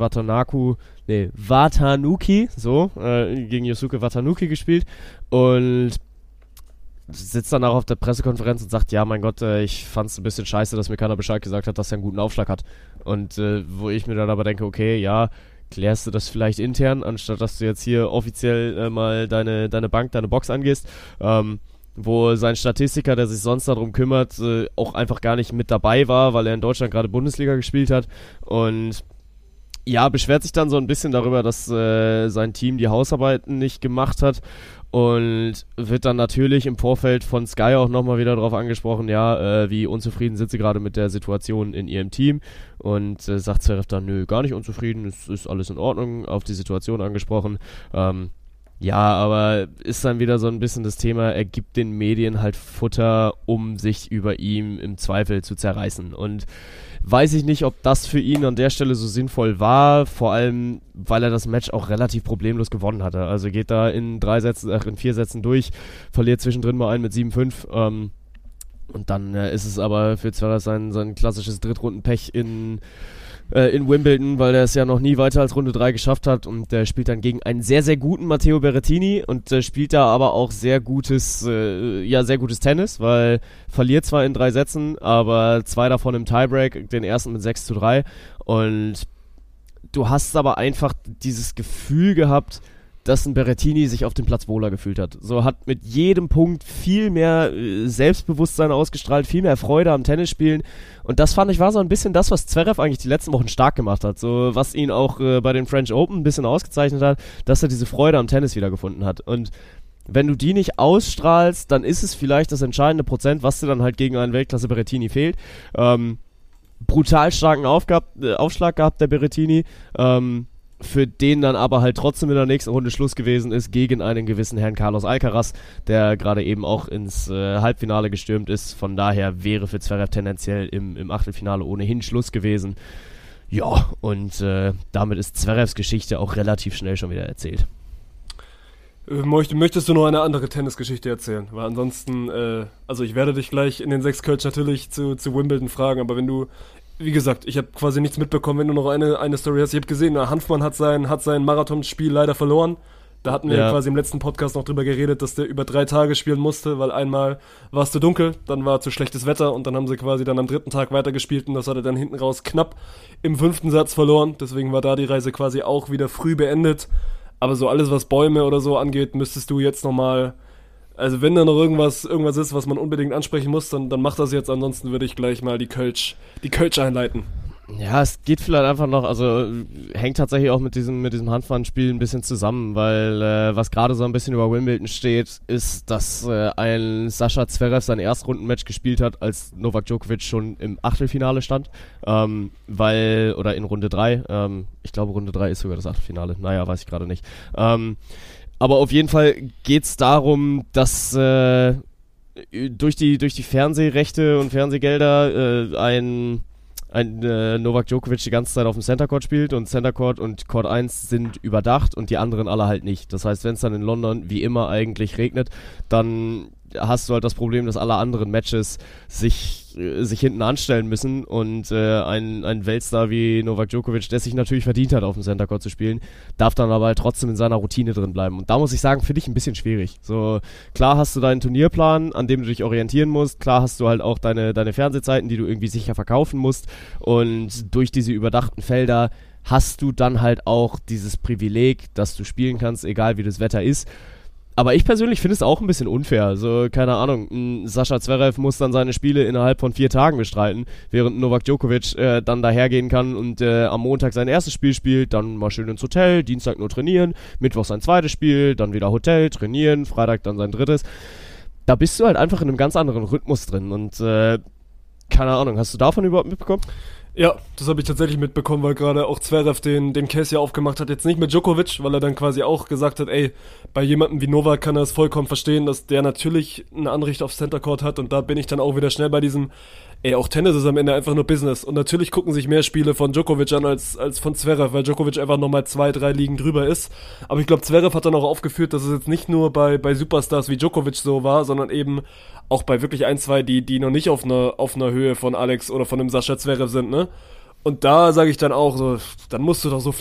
Watanuki, gegen Yosuke Watanuki gespielt. Und sitzt dann auch auf der Pressekonferenz und sagt, ja, mein Gott, ich fand's ein bisschen scheiße, dass mir keiner Bescheid gesagt hat, dass er einen guten Aufschlag hat. Und wo ich mir dann aber denke, okay, ja, klärst du das vielleicht intern, anstatt dass du jetzt hier offiziell mal deine Bank, deine Box angehst, wo sein Statistiker, der sich sonst darum kümmert, auch einfach gar nicht mit dabei war, weil er in Deutschland gerade Bundesliga gespielt hat und ja, beschwert sich dann so ein bisschen darüber, dass sein Team die Hausarbeiten nicht gemacht hat und wird dann natürlich im Vorfeld von Sky auch nochmal wieder darauf angesprochen, ja, wie unzufrieden sind sie gerade mit der Situation in ihrem Team und sagt Zverev dann, nö, gar nicht unzufrieden, es ist alles in Ordnung, auf die Situation angesprochen. Ja, aber ist dann wieder so ein bisschen das Thema, er gibt den Medien halt Futter, um sich über ihm im Zweifel zu zerreißen. Und weiß ich nicht, ob das für ihn an der Stelle so sinnvoll war, vor allem, weil er das Match auch relativ problemlos gewonnen hatte. Also geht da in 4 Sätzen durch, verliert zwischendrin mal einen mit 7-5, und dann ist es aber für Zverev sein klassisches Drittrundenpech in Wimbledon, weil er es ja noch nie weiter als Runde 3 geschafft hat und der spielt dann gegen einen sehr, sehr guten Matteo Berrettini und spielt da aber auch sehr gutes Tennis, weil verliert zwar in 3 Sätzen, aber 2 davon im Tiebreak, den ersten mit 6-3 und du hast aber einfach dieses Gefühl gehabt, dass ein Berrettini sich auf dem Platz wohler gefühlt hat. So hat mit jedem Punkt viel mehr Selbstbewusstsein ausgestrahlt, viel mehr Freude am Tennisspielen. Und das fand ich war so ein bisschen das, was Zverev eigentlich die letzten Wochen stark gemacht hat. So was ihn auch bei den French Open ein bisschen ausgezeichnet hat, dass er diese Freude am Tennis wiedergefunden hat. Und wenn du die nicht ausstrahlst, dann ist es vielleicht das entscheidende Prozent, was dir dann halt gegen einen Weltklasse Berrettini fehlt. Brutal starken Aufschlag gehabt, der Berrettini. Für den dann aber halt trotzdem in der nächsten Runde Schluss gewesen ist gegen einen gewissen Herrn Carlos Alcaraz, der gerade eben auch ins Halbfinale gestürmt ist. Von daher wäre für Zverev tendenziell im Achtelfinale ohnehin Schluss gewesen. Ja, und damit ist Zverevs Geschichte auch relativ schnell schon wieder erzählt. Möchtest du noch eine andere Tennisgeschichte erzählen? Weil ansonsten, also ich werde dich gleich in den 6 Kölsch natürlich zu Wimbledon fragen, aber wenn du, wie gesagt, ich habe quasi nichts mitbekommen, wenn du noch eine Story hast. Ich habe gesehen, Hanfmann hat sein Marathonspiel leider verloren. Da hatten wir quasi im letzten Podcast noch drüber geredet, dass der über 3 Tage spielen musste, weil einmal war es zu dunkel, dann war zu schlechtes Wetter und dann haben sie quasi dann am 3. Tag weitergespielt und das hat er dann hinten raus knapp im 5. Satz verloren. Deswegen war da die Reise quasi auch wieder früh beendet. Aber so alles, was Bäume oder so angeht, müsstest du jetzt nochmal, also wenn da noch irgendwas ist, was man unbedingt ansprechen muss, dann mach das jetzt, ansonsten würde ich gleich mal die Kölsch einleiten. Ja, es geht vielleicht einfach noch, also hängt tatsächlich auch mit diesem Handballspiel ein bisschen zusammen, weil was gerade so ein bisschen über Wimbledon steht, ist, dass ein Sascha Zverev sein Erstrundenmatch gespielt hat, als Novak Djokovic schon im Achtelfinale stand, oder in Runde 3, ich glaube Runde 3 ist sogar das Achtelfinale, naja, weiß ich gerade nicht. Aber auf jeden Fall geht's darum, dass durch die Fernsehrechte und Fernsehgelder ein Novak Djokovic die ganze Zeit auf dem Center Court spielt und Center Court und Court 1 sind überdacht und die anderen alle halt nicht. Das heißt, wenn es dann in London wie immer eigentlich regnet, dann hast du halt das Problem, dass alle anderen Matches sich hinten anstellen müssen und ein Weltstar wie Novak Djokovic, der sich natürlich verdient hat, auf dem Center Court zu spielen, darf dann aber halt trotzdem in seiner Routine drin bleiben. Und da muss ich sagen, finde ich ein bisschen schwierig. So, klar hast du deinen Turnierplan, an dem du dich orientieren musst, klar hast du halt auch deine Fernsehzeiten, die du irgendwie sicher verkaufen musst und durch diese überdachten Felder hast du dann halt auch dieses Privileg, dass du spielen kannst, egal wie das Wetter ist. Aber ich persönlich finde es auch ein bisschen unfair. Also, keine Ahnung, Sascha Zverev muss dann seine Spiele innerhalb von 4 Tagen bestreiten, während Novak Djokovic dann dahergehen kann und am Montag sein erstes Spiel spielt, dann mal schön ins Hotel, Dienstag nur trainieren, Mittwoch sein zweites Spiel, dann wieder Hotel, trainieren, Freitag dann sein drittes. Da bist du halt einfach in einem ganz anderen Rhythmus drin und keine Ahnung, hast du davon überhaupt mitbekommen? Ja, das habe ich tatsächlich mitbekommen, weil gerade auch Zverev den Case ja aufgemacht hat. Jetzt nicht mit Djokovic, weil er dann quasi auch gesagt hat, ey, bei jemandem wie Novak kann er es vollkommen verstehen, dass der natürlich eine Anricht auf Center Court hat. Und da bin ich dann auch wieder schnell bei diesem, ey, auch Tennis ist am Ende einfach nur Business. Und natürlich gucken sich mehr Spiele von Djokovic an als von Zverev, weil Djokovic einfach nochmal 2, 3 Ligen drüber ist. Aber ich glaube, Zverev hat dann auch aufgeführt, dass es jetzt nicht nur bei Superstars wie Djokovic so war, sondern eben auch bei wirklich 1, 2, die noch nicht auf einer Höhe von Alex oder von einem Sascha Zverev sind, ne? Und da sage ich dann auch so, dann musst du doch so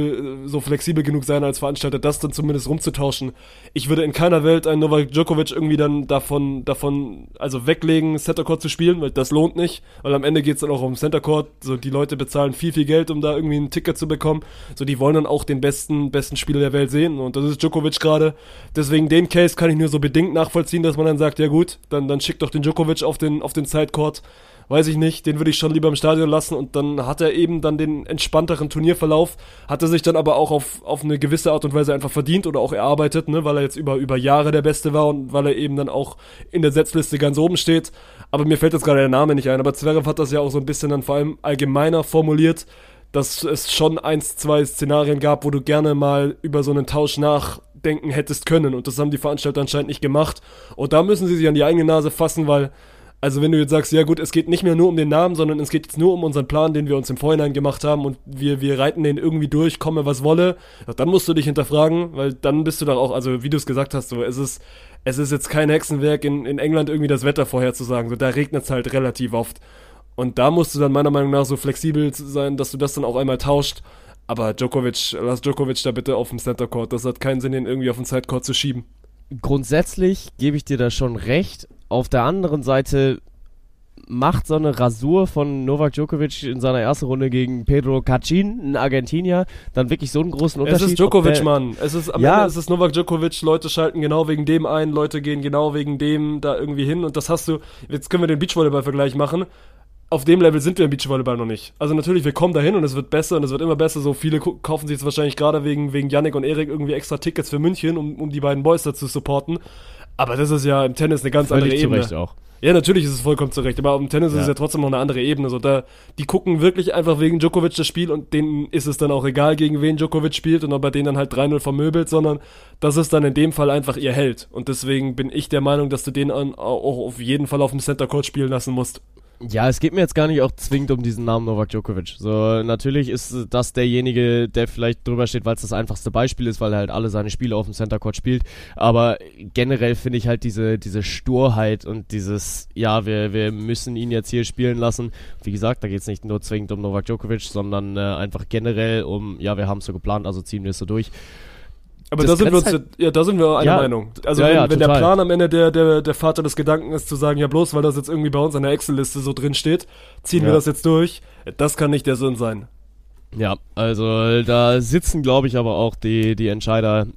flexibel genug sein als Veranstalter, das dann zumindest rumzutauschen. Ich würde in keiner Welt einen Novak Djokovic irgendwie dann davon also weglegen, Center Court zu spielen, weil das lohnt nicht, weil am Ende geht's dann auch um Center Court, so die Leute bezahlen viel Geld, um da irgendwie ein Ticket zu bekommen, so die wollen dann auch den besten Spieler der Welt sehen und das ist Djokovic gerade. Deswegen den Case kann ich nur so bedingt nachvollziehen, dass man dann sagt, ja gut, dann schick doch den Djokovic auf den Sidecourt. Weiß ich nicht, den würde ich schon lieber im Stadion lassen und dann hat er eben dann den entspannteren Turnierverlauf, hat er sich dann aber auch auf eine gewisse Art und Weise einfach verdient oder auch erarbeitet, ne, weil er jetzt über Jahre der Beste war und weil er eben dann auch in der Setzliste ganz oben steht. Aber mir fällt jetzt gerade der Name nicht ein, aber Zverev hat das ja auch so ein bisschen dann vor allem allgemeiner formuliert, dass es schon 1, 2 Szenarien gab, wo du gerne mal über so einen Tausch nachdenken hättest können und das haben die Veranstalter anscheinend nicht gemacht und da müssen sie sich an die eigene Nase fassen, weil also wenn du jetzt sagst, ja gut, es geht nicht mehr nur um den Namen, sondern es geht jetzt nur um unseren Plan, den wir uns im Vorhinein gemacht haben und wir reiten den irgendwie durch, komme was wolle, dann musst du dich hinterfragen, weil dann bist du doch auch, also wie du es gesagt hast, so es ist jetzt kein Hexenwerk in England irgendwie das Wetter vorherzusagen, so da regnet es halt relativ oft und da musst du dann meiner Meinung nach so flexibel sein, dass du das dann auch einmal tauscht, aber lass Djokovic da bitte auf dem Center Court, das hat keinen Sinn, ihn irgendwie auf den Sidecourt zu schieben. Grundsätzlich gebe ich dir da schon recht. Auf der anderen Seite macht so eine Rasur von Novak Djokovic in seiner ersten Runde gegen Pedro Cachin, ein Argentinier, dann wirklich so einen großen Unterschied. Es ist Djokovic, Mann. Am Ende ist es Novak Djokovic. Leute schalten genau wegen dem ein, Leute gehen genau wegen dem da irgendwie hin. Und das hast du, jetzt können wir den Beachvolleyball-Vergleich machen. Auf dem Level sind wir im Beachvolleyball noch nicht. Also natürlich, wir kommen dahin und es wird besser und es wird immer besser. So viele kaufen sich jetzt wahrscheinlich gerade wegen Yannick und Erik irgendwie extra Tickets für München, um die beiden Boys da zu supporten. Aber das ist ja im Tennis eine ganz andere Ebene. Zu Recht auch. Ja, natürlich ist es vollkommen zurecht, aber im Tennis ist es ja trotzdem noch eine andere Ebene. So, die gucken wirklich einfach wegen Djokovic das Spiel und denen ist es dann auch egal, gegen wen Djokovic spielt und ob er den dann halt 3-0 vermöbelt, sondern das ist dann in dem Fall einfach ihr Held. Und deswegen bin ich der Meinung, dass du den auch auf jeden Fall auf dem Center Court spielen lassen musst. Ja, es geht mir jetzt gar nicht auch zwingend um diesen Namen Novak Djokovic. So, natürlich ist das derjenige, der vielleicht drüber steht, weil es das einfachste Beispiel ist, weil er halt alle seine Spiele auf dem Center Court spielt. Aber generell finde ich halt diese Sturheit und dieses, ja, wir müssen ihn jetzt hier spielen lassen. Wie gesagt, da geht es nicht nur zwingend um Novak Djokovic, sondern einfach generell um, ja, wir haben es so geplant, also ziehen wir es so durch. Aber da sind wir einer Meinung. Also wenn der Plan am Ende der Vater des Gedanken ist, zu sagen, ja bloß, weil das jetzt irgendwie bei uns an der Excel-Liste so drin steht, ziehen wir das jetzt durch, das kann nicht der Sinn sein. Ja, also da sitzen, glaube ich, aber auch die Entscheider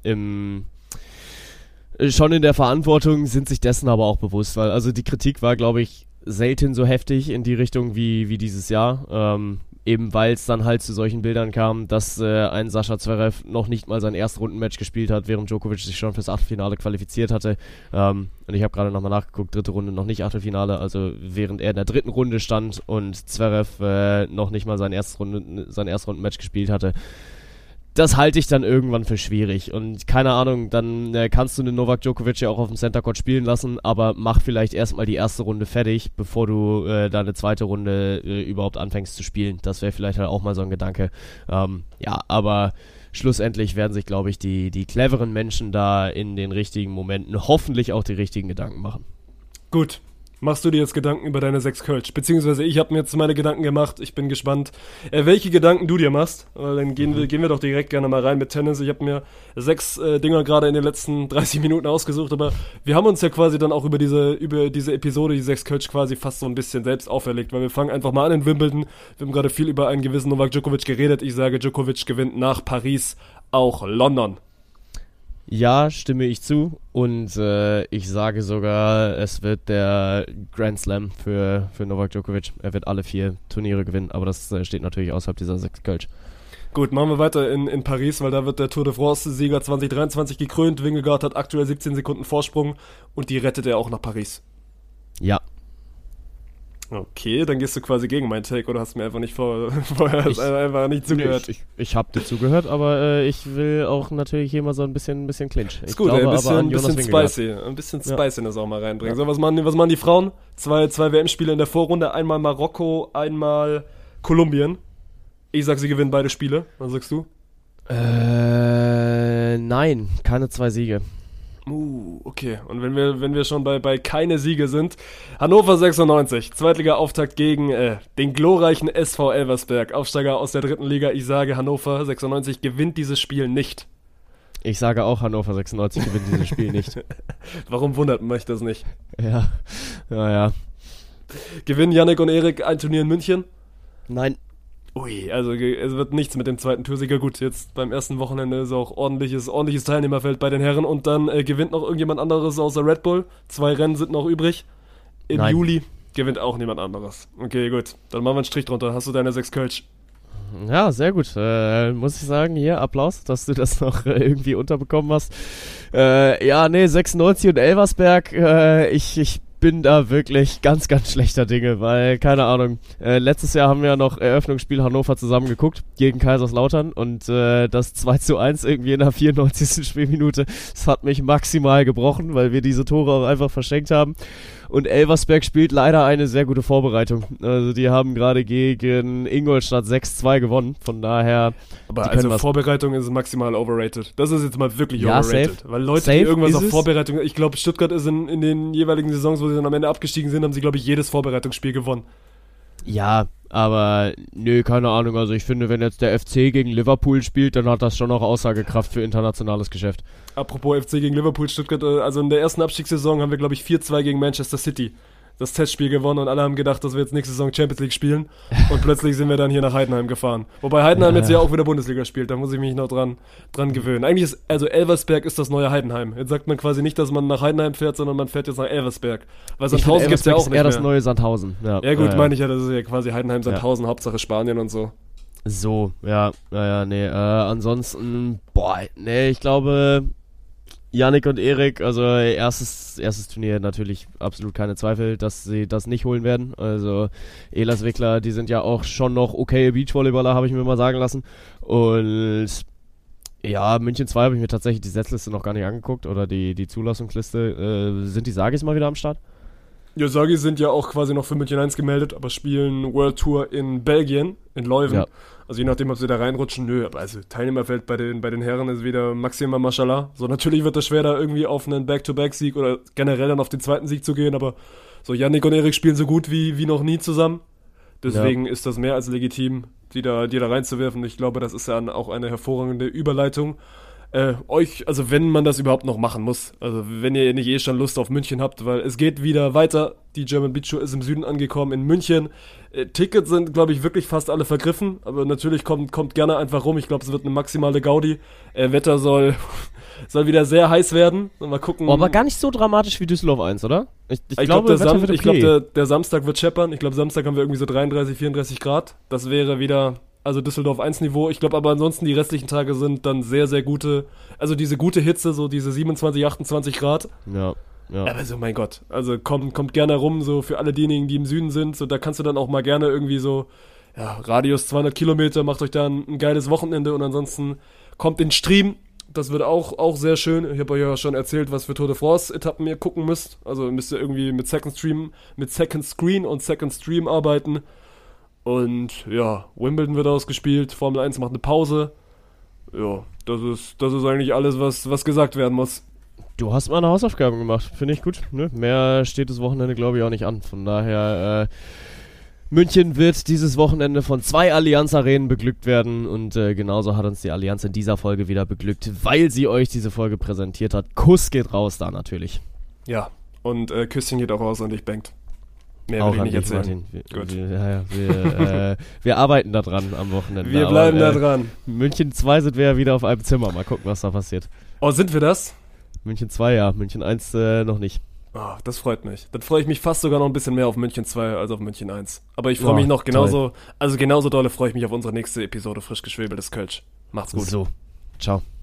schon in der Verantwortung, sind sich dessen aber auch bewusst, weil also die Kritik war, glaube ich, selten so heftig in die Richtung wie dieses Jahr. Eben weil es dann halt zu solchen Bildern kam, dass ein Sascha Zverev noch nicht mal sein Erstrundenmatch gespielt hat, während Djokovic sich schon fürs Achtelfinale qualifiziert hatte. Und ich habe gerade nochmal nachgeguckt, 3. Runde noch nicht Achtelfinale, also während er in der 3. Runde stand und Zverev noch nicht mal sein Erstrundenmatch gespielt hatte. Das halte ich dann irgendwann für schwierig und keine Ahnung, dann kannst du den Novak Djokovic ja auch auf dem Center Court spielen lassen, aber mach vielleicht erstmal die erste Runde fertig, bevor du deine zweite Runde überhaupt anfängst zu spielen. Das wäre vielleicht halt auch mal so ein Gedanke. Ja, aber schlussendlich werden sich, glaube ich, die cleveren Menschen da in den richtigen Momenten hoffentlich auch die richtigen Gedanken machen. Gut. Machst du dir jetzt Gedanken über deine 6 Kölsch? Beziehungsweise ich habe mir jetzt meine Gedanken gemacht. Ich bin gespannt, welche Gedanken du dir machst. Dann gehen wir doch direkt gerne mal rein mit Tennis. Ich habe mir 6 Dinger gerade in den letzten 30 Minuten ausgesucht, aber wir haben uns ja quasi dann auch über diese Episode, die 6 Kölsch quasi fast so ein bisschen selbst auferlegt, weil wir fangen einfach mal an in Wimbledon. Wir haben gerade viel über einen gewissen Novak Djokovic geredet. Ich sage, Djokovic gewinnt nach Paris auch London. Ja, stimme ich zu. Und ich sage sogar, es wird der Grand Slam für Novak Djokovic. Er wird alle 4 Turniere gewinnen, aber das steht natürlich außerhalb dieser 6 Kölsch. Gut, machen wir weiter in Paris, weil da wird der Tour de France-Sieger 2023 gekrönt. Vingegaard hat aktuell 17 Sekunden Vorsprung und die rettet er auch nach Paris. Ja. Okay, dann gehst du quasi gegen meinen Take oder hast mir einfach nicht vorher einfach nicht zugehört. Ich habe dir zugehört, aber ich will auch natürlich hier mal so ein bisschen Clinch. Ist gut, ein bisschen Spicy in das auch mal reinbringen. So, was machen die Frauen? Zwei WM-Spiele in der Vorrunde, einmal Marokko, einmal Kolumbien. Ich sag, sie gewinnen beide Spiele. Was sagst du? Nein, keine 2 Siege. Okay. Und wenn wir schon bei keine Siege sind, Hannover 96, Zweitliga-Auftakt gegen den glorreichen SV Elversberg, Aufsteiger aus der 3. Liga. Ich sage, Hannover 96 gewinnt dieses Spiel nicht. Ich sage auch, Hannover 96 gewinnt dieses Spiel nicht. Warum wundert mich das nicht? Ja. Gewinnen Yannick und Erik ein Turnier in München? Nein. Ui, also es wird nichts mit dem zweiten Toursieger. Gut, jetzt beim ersten Wochenende ist auch ordentliches Teilnehmerfeld bei den Herren und dann gewinnt noch irgendjemand anderes außer Red Bull. 2 Rennen sind noch übrig. Im Juli gewinnt auch niemand anderes. Okay, gut, dann machen wir einen Strich drunter. Hast du deine 6 Kölsch? Ja, sehr gut. Muss ich sagen, hier Applaus, dass du das noch irgendwie unterbekommen hast. 96 und Elversberg, ich bin da wirklich ganz, ganz schlechter Dinge, weil, keine Ahnung, letztes Jahr haben wir ja noch Eröffnungsspiel Hannover zusammen geguckt gegen Kaiserslautern und das 2:1 irgendwie in der 94. Spielminute, das hat mich maximal gebrochen, weil wir diese Tore auch einfach verschenkt haben. Und Elversberg spielt leider eine sehr gute Vorbereitung. Also die haben gerade gegen Ingolstadt 6:2 gewonnen. Von daher... Aber also Vorbereitung ist maximal overrated. Das ist jetzt mal wirklich overrated. Safe. Weil Leute, die irgendwas auf Vorbereitung... Ich glaube, Stuttgart ist in den jeweiligen Saisons, wo sie dann am Ende abgestiegen sind, haben sie, glaube ich, jedes Vorbereitungsspiel gewonnen. Ja, aber nö, keine Ahnung. Also ich finde, wenn jetzt der FC gegen Liverpool spielt, dann hat das schon noch Aussagekraft für internationales Geschäft. Apropos FC gegen Liverpool, Stuttgart, also in der ersten Abstiegssaison haben wir, glaube ich, 4:2 gegen Manchester City das Testspiel gewonnen und alle haben gedacht, dass wir jetzt nächste Saison Champions League spielen und plötzlich sind wir dann hier nach Heidenheim gefahren. Wobei Heidenheim jetzt ja auch wieder Bundesliga spielt, da muss ich mich noch dran gewöhnen. Eigentlich ist, also Elversberg ist das neue Heidenheim. Jetzt sagt man quasi nicht, dass man nach Heidenheim fährt, sondern man fährt jetzt nach Elversberg. Weil Sandhausen gibt es ja auch nicht mehr. Das neue Sandhausen. Ja gut, meine ich ja, das ist ja quasi Heidenheim, Sandhausen, Hauptsache Spanien und so. So, ansonsten, ich glaube... Yannick und Erik, also erstes Turnier natürlich absolut keine Zweifel, dass sie das nicht holen werden. Also Elas Wickler, die sind ja auch schon noch okay Beachvolleyballer, habe ich mir mal sagen lassen. Und ja, München 2 habe ich mir tatsächlich die Setzliste noch gar nicht angeguckt oder die Zulassungsliste. Sind die Sagis mal wieder am Start? Ja, Sagis sind ja auch quasi noch für München 1 gemeldet, aber spielen World Tour in Belgien, in Leuven. Ja. Also je nachdem, ob sie da reinrutschen, nö, aber also Teilnehmerfeld bei den Herren ist wieder maximal Mashallah. So, natürlich wird das schwer, da irgendwie auf einen Back-to-Back-Sieg oder generell dann auf den zweiten Sieg zu gehen, aber so Yannick und Erik spielen so gut wie noch nie zusammen. Deswegen ist das mehr als legitim, die da reinzuwerfen. Ich glaube, das ist ja auch eine hervorragende Überleitung. Also wenn man das überhaupt noch machen muss, also wenn ihr nicht schon Lust auf München habt, weil es geht wieder weiter, die German Beach Tour ist im Süden angekommen, in München, Tickets sind, glaube ich, wirklich fast alle vergriffen, aber natürlich kommt gerne einfach rum, ich glaube, es wird eine maximale Gaudi, Wetter soll wieder sehr heiß werden, mal gucken. Aber gar nicht so dramatisch wie Düsseldorf 1, oder? Ich glaube, der Samstag wird scheppern, ich glaube, Samstag haben wir irgendwie so 33, 34 Grad, das wäre wieder... Also Düsseldorf 1 Niveau. Ich glaube aber ansonsten die restlichen Tage sind dann sehr, sehr gute, also diese gute Hitze, so diese 27, 28 Grad. Ja. Also mein Gott, also kommt gerne rum, so für alle diejenigen, die im Süden sind, so da kannst du dann auch mal gerne irgendwie so, Radius 200 Kilometer, macht euch dann ein geiles Wochenende und ansonsten kommt in Stream. Das wird auch sehr schön. Ich habe euch ja schon erzählt, was für Tour de France-Etappen ihr gucken müsst. Also müsst ihr irgendwie mit Second Screen und Second Stream arbeiten. Und ja, Wimbledon wird ausgespielt, Formel 1 macht eine Pause. Ja, das ist eigentlich alles, was gesagt werden muss. Du hast meine Hausaufgaben gemacht, finde ich gut. Ne? Mehr steht das Wochenende, glaube ich, auch nicht an. Von daher, München wird dieses Wochenende von 2 Allianz-Arenen beglückt werden. Und genauso hat uns die Allianz in dieser Folge wieder beglückt, weil sie euch diese Folge präsentiert hat. Kuss geht raus da natürlich. Ja, und Küsschen geht auch raus an dich, Bengt. Mehr Auch will ich an nicht dich, erzählen. Martin. Wir arbeiten da dran am Wochenende. Wir bleiben da dran. München 2 sind wir ja wieder auf einem Zimmer. Mal gucken, was da passiert. Oh, sind wir das? München 2, ja. München 1 noch nicht. Oh, das freut mich. Dann freue ich mich fast sogar noch ein bisschen mehr auf München 2 als auf München 1. Aber ich freue mich noch genauso, genauso dolle freue ich mich auf unsere nächste Episode Frisch geschwebeltes Kölsch. Macht's gut. So, ciao.